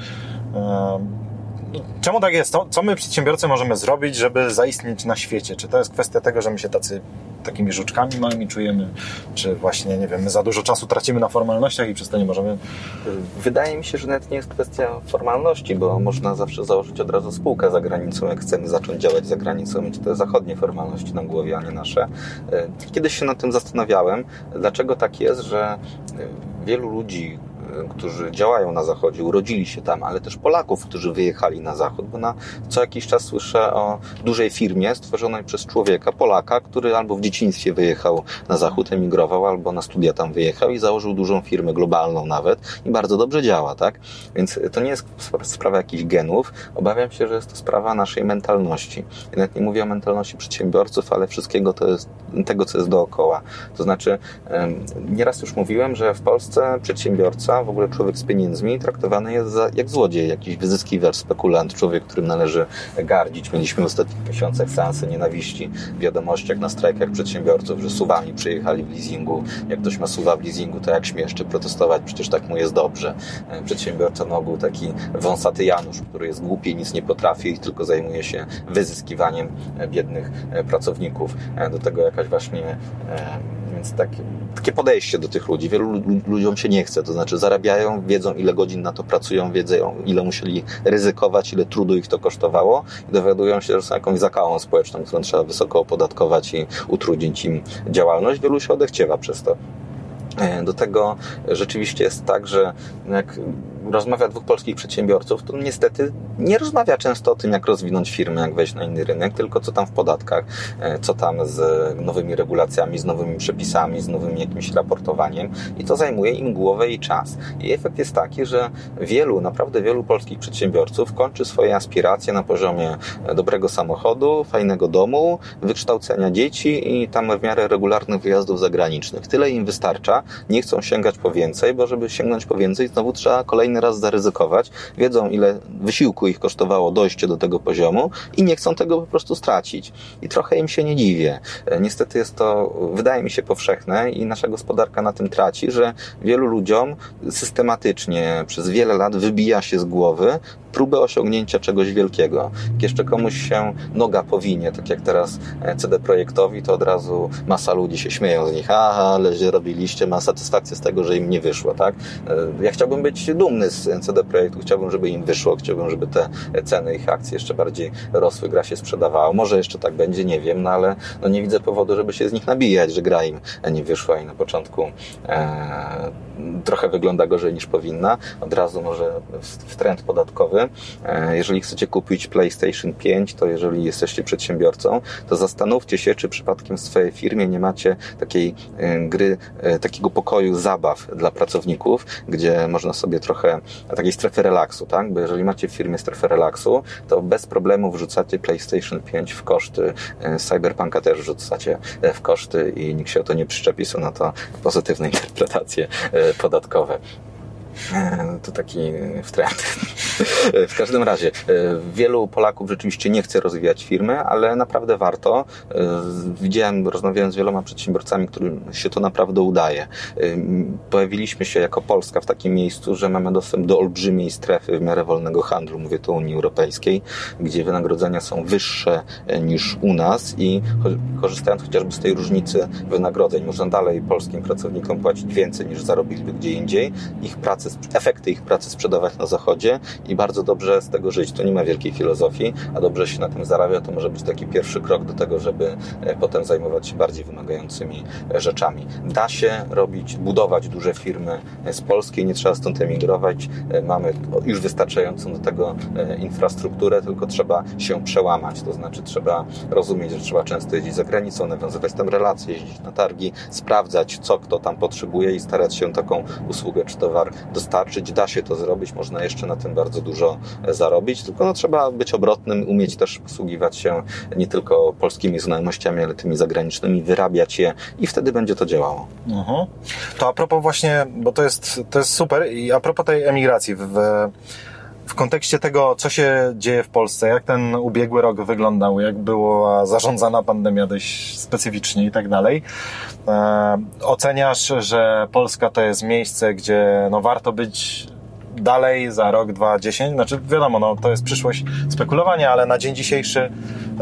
czemu tak jest? Co my przedsiębiorcy możemy zrobić, żeby zaistnieć na świecie? Czy to jest kwestia tego, że my się takimi żuczkami małymi czujemy? Czy właśnie, nie wiem, my za dużo czasu tracimy na formalnościach i przez to nie możemy... Wydaje mi się, że nawet nie jest kwestia formalności, bo można zawsze założyć od razu spółkę za granicą, jak chcemy zacząć działać za granicą, mieć te zachodnie formalności na głowie, a nie nasze. Kiedyś się nad tym zastanawiałem, dlaczego tak jest, że wielu ludzi, którzy działają na Zachodzie, urodzili się tam, ale też Polaków, którzy wyjechali na Zachód, bo co jakiś czas słyszę o dużej firmie stworzonej przez człowieka, Polaka, który albo w dzieciństwie wyjechał na Zachód, emigrował, albo na studia tam wyjechał i założył dużą firmę globalną nawet i bardzo dobrze działa, tak? Więc to nie jest sprawa jakichś genów, obawiam się, że jest to sprawa naszej mentalności. Ja nawet nie mówię o mentalności przedsiębiorców, ale wszystkiego tego, co jest dookoła. To znaczy, nieraz już mówiłem, że w Polsce przedsiębiorca, w ogóle człowiek z pieniędzmi traktowany jest jak złodziej, jakiś wyzyskiwacz, spekulant, człowiek, którym należy gardzić. Mieliśmy w ostatnich miesiącach seanse nienawiści w wiadomościach na strajkach przedsiębiorców, że SUV-ami przyjechali w leasingu. Jak ktoś ma SUV-a w leasingu, to jak śmie jeszcze protestować, przecież tak mu jest dobrze. Przedsiębiorca na ogół taki wąsaty Janusz, który jest głupi, nic nie potrafi i tylko zajmuje się wyzyskiwaniem biednych pracowników. Do tego jakaś właśnie... Więc takie podejście do tych ludzi. Wielu ludziom się nie chce, to znaczy zarabiają, wiedzą ile godzin na to pracują, wiedzą ile musieli ryzykować, ile trudu ich to kosztowało i dowiadują się, że są jakąś zakałą społeczną, którą trzeba wysoko opodatkować i utrudnić im działalność. Wielu się odechciewa przez to. Do tego rzeczywiście jest tak, że jak rozmawia dwóch polskich przedsiębiorców, to niestety nie rozmawia często o tym, jak rozwinąć firmę, jak wejść na inny rynek, tylko co tam w podatkach, co tam z nowymi regulacjami, z nowymi przepisami, z nowym jakimś raportowaniem i to zajmuje im głowę i czas. I efekt jest taki, że naprawdę wielu polskich przedsiębiorców kończy swoje aspiracje na poziomie dobrego samochodu, fajnego domu, wykształcenia dzieci i tam w miarę regularnych wyjazdów zagranicznych. Tyle im wystarcza, nie chcą sięgać po więcej, bo żeby sięgnąć po więcej, znowu trzeba kolejny raz zaryzykować. Wiedzą, ile wysiłku ich kosztowało dojście do tego poziomu i nie chcą tego po prostu stracić. I trochę im się nie dziwię. Niestety jest to, wydaje mi się, powszechne i nasza gospodarka na tym traci, że wielu ludziom systematycznie przez wiele lat wybija się z głowy próbę osiągnięcia czegoś wielkiego. Jak jeszcze komuś się noga powinie, tak jak teraz CD Projektowi, to od razu masa ludzi się śmieją z nich. Aha, ale źle robiliście, ma satysfakcję z tego, że im nie wyszło, tak? Ja chciałbym być dumny z CD Projektu, chciałbym, żeby im wyszło, chciałbym, żeby te ceny ich akcji jeszcze bardziej rosły, gra się sprzedawała. Może jeszcze tak będzie, nie wiem, no ale nie widzę powodu, żeby się z nich nabijać, że gra im nie wyszła i na początku trochę wygląda gorzej niż powinna. Od razu może w trend podatkowy. Jeżeli chcecie kupić PlayStation 5, to jeżeli jesteście przedsiębiorcą, to zastanówcie się, czy przypadkiem w swojej firmie nie macie takiej gry, takiego pokoju zabaw dla pracowników, gdzie można sobie trochę takiej strefy relaksu, tak? Bo jeżeli macie w firmie strefę relaksu, to bez problemu wrzucacie PlayStation 5 w koszty, Cyberpunka też wrzucacie w koszty i nikt się o to nie przyczepi, są na to pozytywne interpretacje podatkowe. To taki trend. W każdym razie wielu Polaków rzeczywiście nie chce rozwijać firmy, ale naprawdę warto. Rozmawiałem z wieloma przedsiębiorcami, którym się to naprawdę udaje. Pojawiliśmy się jako Polska w takim miejscu, że mamy dostęp do olbrzymiej strefy w miarę wolnego handlu, mówię tu o Unii Europejskiej, gdzie wynagrodzenia są wyższe niż u nas i korzystając chociażby z tej różnicy wynagrodzeń, można dalej polskim pracownikom płacić więcej niż zarobiliby gdzie indziej. Efekty ich pracy sprzedawać na zachodzie i bardzo dobrze z tego żyć. To nie ma wielkiej filozofii, a dobrze się na tym zarabia, to może być taki pierwszy krok do tego, żeby potem zajmować się bardziej wymagającymi rzeczami. Da się budować duże firmy z Polski, nie trzeba stąd emigrować. Mamy już wystarczającą do tego infrastrukturę, tylko trzeba się przełamać. To znaczy trzeba rozumieć, że trzeba często jeździć za granicą, nawiązywać tam relacje, jeździć na targi, sprawdzać, co kto tam potrzebuje i starać się taką usługę czy towar dostarczyć. Da się to zrobić, można jeszcze na tym bardzo dużo zarobić, tylko trzeba być obrotnym, umieć też posługiwać się nie tylko polskimi znajomościami, ale tymi zagranicznymi, wyrabiać je i wtedy będzie to działało. To a propos właśnie, bo to jest super i a propos tej emigracji w kontekście tego, co się dzieje w Polsce, jak ten ubiegły rok wyglądał, jak była zarządzana pandemia dość specyficznie i tak dalej. Oceniasz, że Polska to jest miejsce, gdzie warto być dalej za rok, 2, 10? Znaczy wiadomo, to jest przyszłość spekulowania, ale na dzień dzisiejszy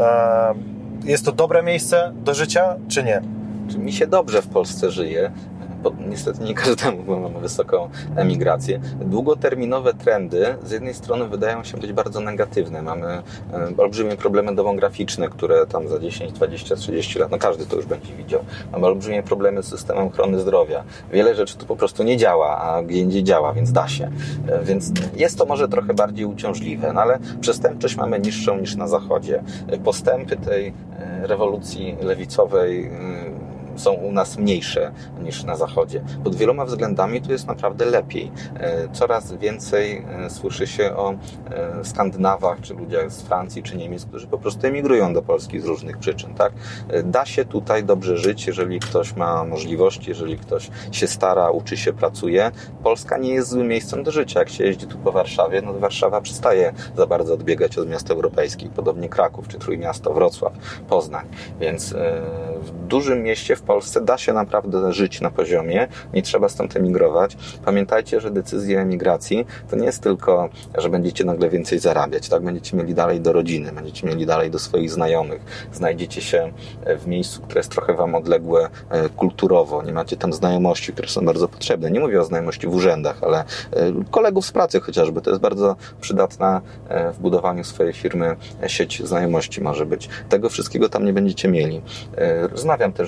jest to dobre miejsce do życia, czy nie? Mi się dobrze w Polsce żyje. Niestety nie każdemu, bo mamy wysoką emigrację. Długoterminowe trendy z jednej strony wydają się być bardzo negatywne. Mamy olbrzymie problemy demograficzne, które tam za 10, 20, 30 lat, każdy to już będzie widział. Mamy olbrzymie problemy z systemem ochrony zdrowia. Wiele rzeczy tu po prostu nie działa, a gdzie indziej działa, więc da się. Więc jest to może trochę bardziej uciążliwe, ale przestępczość mamy niższą niż na Zachodzie. Postępy tej rewolucji lewicowej są u nas mniejsze niż na Zachodzie. Pod wieloma względami tu jest naprawdę lepiej. Coraz więcej słyszy się o Skandynawach, czy ludziach z Francji, czy Niemiec, którzy po prostu emigrują do Polski z różnych przyczyn. Tak? Da się tutaj dobrze żyć, jeżeli ktoś ma możliwości, jeżeli ktoś się stara, uczy się, pracuje. Polska nie jest złym miejscem do życia. Jak się jeździ tu po Warszawie, Warszawa przestaje za bardzo odbiegać od miast europejskich. Podobnie Kraków, czy Trójmiasto, Wrocław, Poznań. Więc w dużym mieście w Polsce da się naprawdę żyć na poziomie, nie trzeba stąd emigrować. Pamiętajcie, że decyzja emigracji to nie jest tylko, że będziecie nagle więcej zarabiać, tak? Będziecie mieli dalej do rodziny, będziecie mieli dalej do swoich znajomych, znajdziecie się w miejscu, które jest trochę wam odległe kulturowo, nie macie tam znajomości, które są bardzo potrzebne. Nie mówię o znajomości w urzędach, ale kolegów z pracy chociażby, to jest bardzo przydatna w budowaniu swojej firmy sieć znajomości może być. Tego wszystkiego tam nie będziecie mieli. Rozmawiam też z wieloma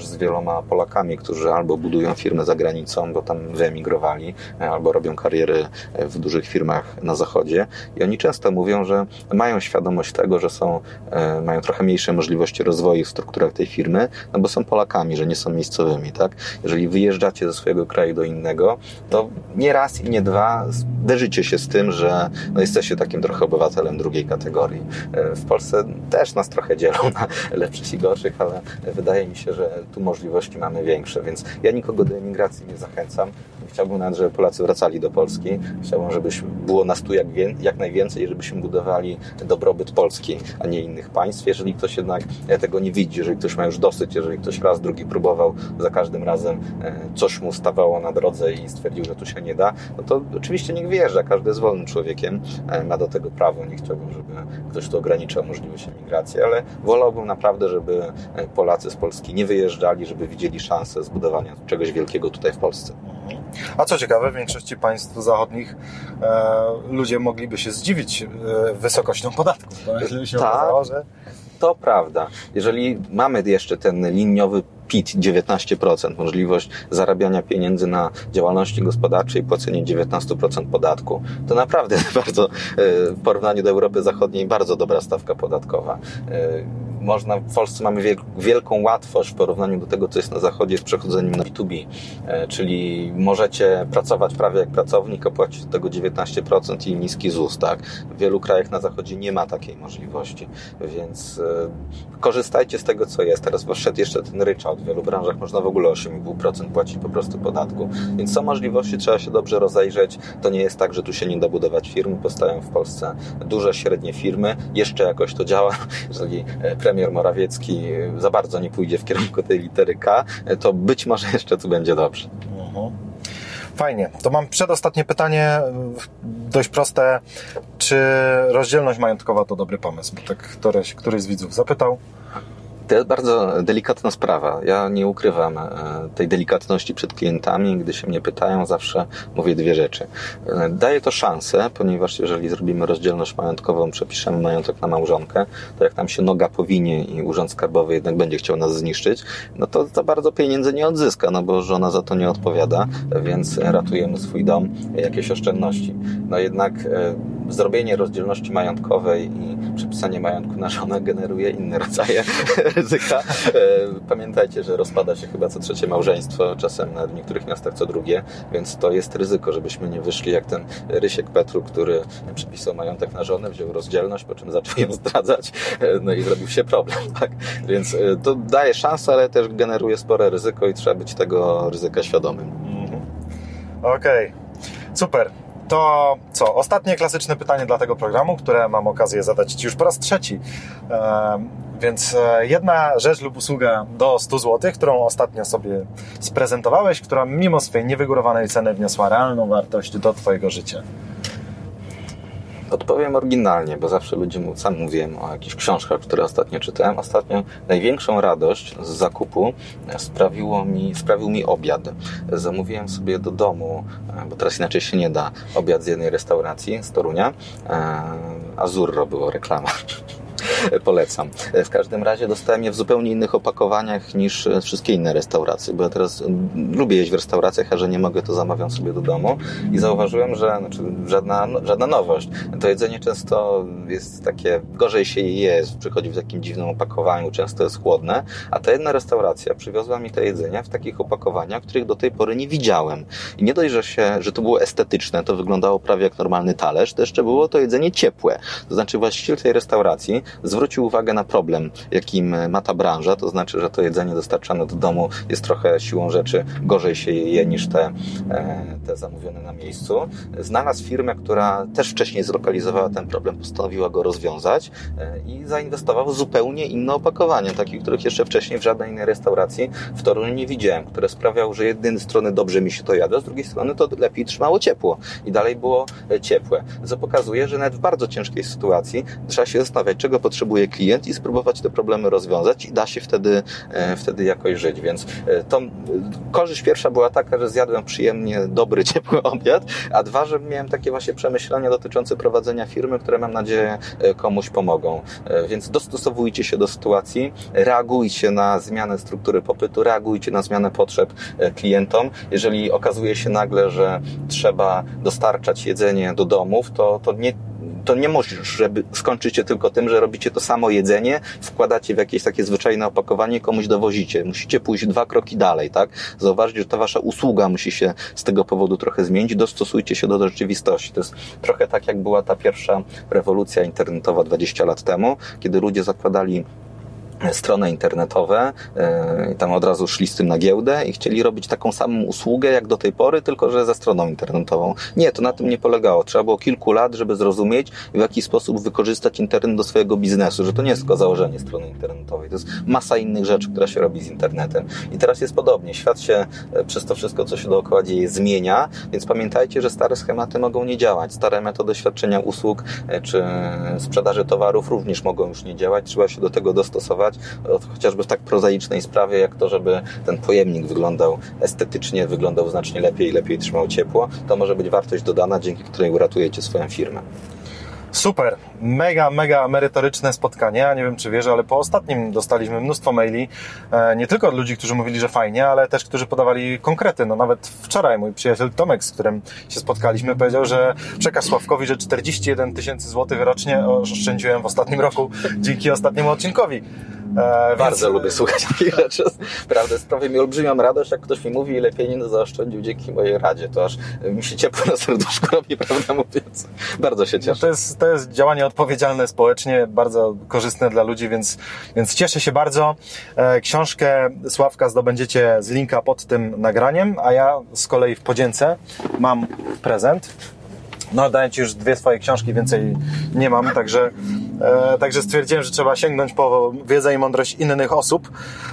wieloma Polakami, którzy albo budują firmy za granicą, bo tam wyemigrowali, albo robią kariery w dużych firmach na zachodzie i oni często mówią, że mają świadomość tego, że mają trochę mniejsze możliwości rozwoju w strukturach tej firmy, no bo są Polakami, że nie są miejscowymi, tak? Jeżeli wyjeżdżacie ze swojego kraju do innego, to nie raz i nie dwa zderzycie się z tym, że jesteście takim trochę obywatelem drugiej kategorii. W Polsce też nas trochę dzielą na lepszych i gorszych, ale wydaje mi się, że tu możliwości mamy większe, więc ja nikogo do emigracji nie zachęcam. Chciałbym nawet, żeby Polacy wracali do Polski. Chciałbym, żeby było nas tu jak najwięcej, żebyśmy budowali dobrobyt Polski, a nie innych państw. Jeżeli ktoś jednak tego nie widzi, jeżeli ktoś ma już dosyć, jeżeli ktoś raz, drugi próbował, za każdym razem coś mu stawało na drodze i stwierdził, że tu się nie da, no to oczywiście niech wyjeżdża. Każdy jest wolnym człowiekiem, ma do tego prawo. Nie chciałbym, żeby ktoś tu ograniczał możliwość emigracji, ale wolałbym naprawdę, żeby Polacy z Polski nie wyjeżdżali, żeby widzieli szansę zbudowania czegoś wielkiego tutaj w Polsce. A co ciekawe, w większości państw zachodnich ludzie mogliby się zdziwić wysokością podatków. Jeżeli się okazało, że... To prawda. Jeżeli mamy jeszcze ten liniowy PIT 19%, możliwość zarabiania pieniędzy na działalności gospodarczej i płacenie 19% podatku, to naprawdę bardzo, w porównaniu do Europy Zachodniej, bardzo dobra stawka podatkowa. W Polsce mamy wielką łatwość w porównaniu do tego, co jest na Zachodzie z przechodzeniem na B2B, czyli możecie pracować prawie jak pracownik, a płacić do tego 19% i niski ZUS, tak? W wielu krajach na Zachodzie nie ma takiej możliwości, więc korzystajcie z tego, co jest. Teraz wszedł jeszcze ten ryczałt. W wielu branżach można w ogóle 8,5% płacić po prostu podatku, więc są możliwości, trzeba się dobrze rozejrzeć. To nie jest tak, że tu się nie da budować firmy, powstają w Polsce duże, średnie firmy, jeszcze jakoś to działa. Jeżeli premier Morawiecki za bardzo nie pójdzie w kierunku tej litery K, to być może jeszcze tu będzie dobrze. Fajnie. To mam przedostatnie pytanie, dość proste. Czy rozdzielność majątkowa to dobry pomysł? Bo tak któryś z widzów zapytał. To jest bardzo delikatna sprawa. Ja nie ukrywam tej delikatności przed klientami. Gdy się mnie pytają, zawsze mówię dwie rzeczy. Daję to szansę, ponieważ jeżeli zrobimy rozdzielność majątkową, przepiszemy majątek na małżonkę, to jak nam się noga powinie i Urząd Skarbowy jednak będzie chciał nas zniszczyć, no to za bardzo pieniędzy nie odzyska, no bo żona za to nie odpowiada, więc ratujemy swój dom, jakieś oszczędności. No jednak zrobienie rozdzielności majątkowej i przepisanie majątku na żonę generuje inne rodzaje ryzyka. Pamiętajcie, że rozpada się chyba co trzecie małżeństwo, czasem w niektórych miastach co drugie, więc to jest ryzyko, żebyśmy nie wyszli jak ten Rysiek Petru, który przepisał majątek na żonę, wziął rozdzielność, po czym zaczął ją zdradzać, no i zrobił się problem, tak? Więc to daje szansę, ale też generuje spore ryzyko i trzeba być tego ryzyka świadomym. Okej. Super. To co? Ostatnie klasyczne pytanie dla tego programu, które mam okazję zadać Ci już po raz trzeci. Więc jedna rzecz lub usługa do 100 zł, którą ostatnio sobie sprezentowałeś, która mimo swojej niewygórowanej ceny wniosła realną wartość do Twojego życia. Odpowiem oryginalnie, bo zawsze ludziom sam mówiłem o jakichś książkach, które ostatnio czytałem. Ostatnio największą radość z zakupu sprawił mi obiad. Zamówiłem sobie do domu, bo teraz inaczej się nie da, obiad z jednej restauracji z Torunia. Azurro było reklama. Polecam. W każdym razie dostałem je w zupełnie innych opakowaniach niż wszystkie inne restauracje, bo ja teraz lubię jeść w restauracjach, a że nie mogę, to zamawiam sobie do domu i zauważyłem, że żadna nowość. To jedzenie często jest takie, gorzej się je, przychodzi w takim dziwnym opakowaniu, często jest chłodne, a ta jedna restauracja przywiozła mi te jedzenia w takich opakowaniach, których do tej pory nie widziałem. I nie dość, że to było estetyczne, to wyglądało prawie jak normalny talerz, to jeszcze było to jedzenie ciepłe. To znaczy właściciel tej restauracji zwrócił uwagę na problem, jakim ma ta branża, to znaczy, że to jedzenie dostarczane do domu jest trochę siłą rzeczy gorzej się je niż te zamówione na miejscu. Znalazł firmę, która też wcześniej zlokalizowała ten problem, postanowiła go rozwiązać i zainwestował w zupełnie inne opakowanie, takich, których jeszcze wcześniej w żadnej innej restauracji w Toruniu nie widziałem, które sprawiały, że z jednej strony dobrze mi się to jadło, z drugiej strony to lepiej trzymało ciepło i dalej było ciepłe. Co pokazuje, że nawet w bardzo ciężkiej sytuacji trzeba się zastanawiać, czego potrzebujemy potrzebuje klient i spróbować te problemy rozwiązać i da się wtedy jakoś żyć. Więc to korzyść pierwsza była taka, że zjadłem przyjemnie dobry, ciepły obiad, a dwa, że miałem takie właśnie przemyślenia dotyczące prowadzenia firmy, które mam nadzieję komuś pomogą. Więc dostosowujcie się do sytuacji, reagujcie na zmianę struktury popytu, reagujcie na zmianę potrzeb klientom. Jeżeli okazuje się nagle, że trzeba dostarczać jedzenie do domów, to nie możesz, żeby skończycie tylko tym, że robicie to samo jedzenie, wkładacie w jakieś takie zwyczajne opakowanie, komuś dowozicie. Musicie pójść 2 kroki dalej, tak? Zauważyć, że ta wasza usługa musi się z tego powodu trochę zmienić. Dostosujcie się do rzeczywistości. To jest trochę tak, jak była ta pierwsza rewolucja internetowa 20 lat temu, kiedy ludzie zakładali strony internetowe, tam od razu szli z tym na giełdę i chcieli robić taką samą usługę jak do tej pory, tylko że ze stroną internetową. Nie, to na tym nie polegało. Trzeba było kilku lat, żeby zrozumieć, w jaki sposób wykorzystać internet do swojego biznesu, że to nie jest tylko założenie strony internetowej, to jest masa innych rzeczy, która się robi z internetem. I teraz jest podobnie. Świat się przez to wszystko, co się dookoła dzieje, zmienia, więc pamiętajcie, że stare schematy mogą nie działać. Stare metody świadczenia usług czy sprzedaży towarów również mogą już nie działać. Trzeba się do tego dostosować, chociażby w tak prozaicznej sprawie, jak to, żeby ten pojemnik wyglądał estetycznie, wyglądał znacznie lepiej i lepiej trzymał ciepło. To może być wartość dodana, dzięki której uratujecie swoją firmę. Super, mega merytoryczne spotkanie. Ja nie wiem, czy wiesz, ale po ostatnim dostaliśmy mnóstwo maili, nie tylko od ludzi, którzy mówili, że fajnie, ale też, którzy podawali konkrety. No nawet wczoraj mój przyjaciel Tomek, z którym się spotkaliśmy, powiedział, że przekaż Sławkowi, że 41 000 złotych rocznie oszczędziłem w ostatnim roku dzięki ostatniemu odcinkowi. Bardzo lubię słuchać takich rzeczy. Prawda, sprawia mi olbrzymią radość, jak ktoś mi mówi, ile pieniędzy zaoszczędził dzięki mojej radzie. To aż mi się ciepło na serduszku robi, prawda mówiąc. Bardzo się cieszę. No to jest działanie odpowiedzialne społecznie, bardzo korzystne dla ludzi, więc cieszę się bardzo. Książkę Sławka zdobędziecie z linka pod tym nagraniem, a ja z kolei w podzięce mam prezent. No, dałem Ci już 2 swoje książki, więcej nie mam, także stwierdziłem, że trzeba sięgnąć po wiedzę i mądrość innych osób.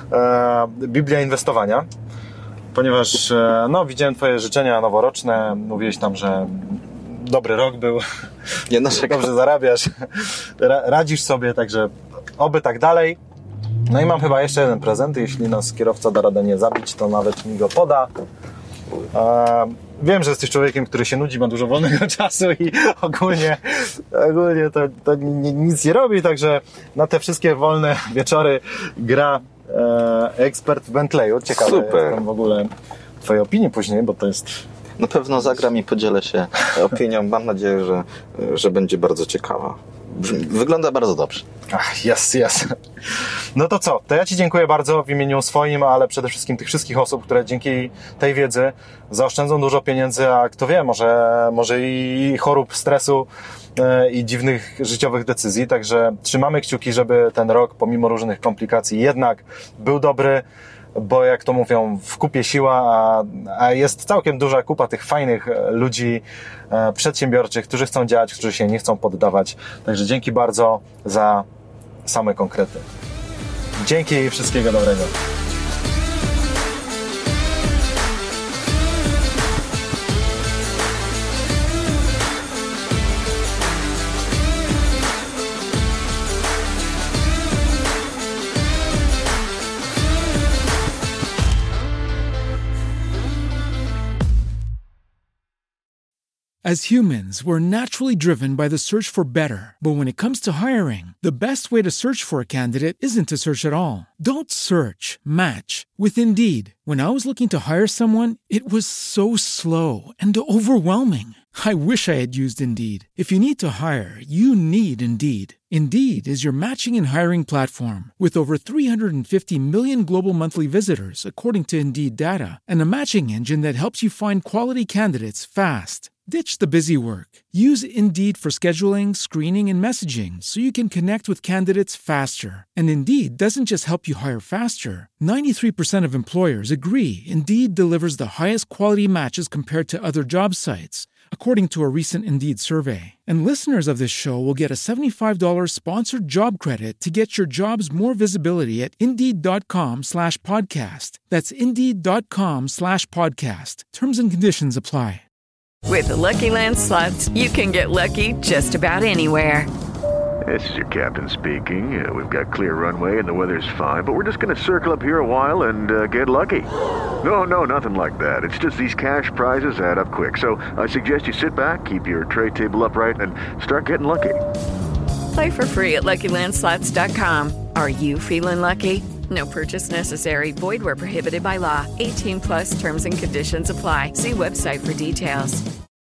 Biblia inwestowania, ponieważ widziałem Twoje życzenia noworoczne, mówiłeś tam, że dobry rok był, nie narzekam. Dobrze zarabiasz, radzisz sobie, także oby tak dalej. No i mam chyba jeszcze jeden prezent, jeśli nas kierowca da radę nie zabić, to nawet mi go poda. Wiem, że jesteś człowiekiem, który się nudzi, ma dużo wolnego czasu i ogólnie to nic nie robi, także na te wszystkie wolne wieczory gra ekspert w Bentleyu. Ciekawe jestem w ogóle Twojej opinii później, bo to jest... Na pewno zagram i podzielę się opinią. Mam nadzieję, że będzie bardzo ciekawa. Wygląda bardzo dobrze. Yes. No to co? To ja Ci dziękuję bardzo w imieniu swoim, ale przede wszystkim tych wszystkich osób, które dzięki tej wiedzy zaoszczędzą dużo pieniędzy, a kto wie, może i chorób, stresu i dziwnych życiowych decyzji. Także trzymamy kciuki, żeby ten rok, pomimo różnych komplikacji, jednak był dobry, bo jak to mówią, w kupie siła, a jest całkiem duża kupa tych fajnych ludzi, przedsiębiorczych, którzy chcą działać, którzy się nie chcą poddawać. Także dzięki bardzo za same konkrety. Dzięki i wszystkiego dobrego. As humans, we're naturally driven by the search for better. But when it comes to hiring, the best way to search for a candidate isn't to search at all. Don't search, match with Indeed. When I was looking to hire someone, it was so slow and overwhelming. I wish I had used Indeed. If you need to hire, you need Indeed. Indeed is your matching and hiring platform with over 350 million global monthly visitors, according to Indeed data, and a matching engine that helps you find quality candidates fast. Ditch the busy work. Use Indeed for scheduling, screening, and messaging so you can connect with candidates faster. And Indeed doesn't just help you hire faster. 93% of employers agree Indeed delivers the highest quality matches compared to other job sites, according to a recent Indeed survey. And listeners of this show will get a $75 sponsored job credit to get your jobs more visibility at Indeed.com/podcast. That's Indeed.com/podcast. Terms and conditions apply. With the Lucky Land Slots, you can get lucky just about anywhere. This is your captain speaking. We've got clear runway and the weather's fine, but we're just going to circle up here a while and get lucky. No, nothing like that. It's just these cash prizes add up quick. So I suggest you sit back, keep your tray table upright, and start getting lucky. Play for free at LuckyLandSlots.com. Are you feeling lucky? No purchase necessary. Void where prohibited by law. 18+ terms and conditions apply. See website for details.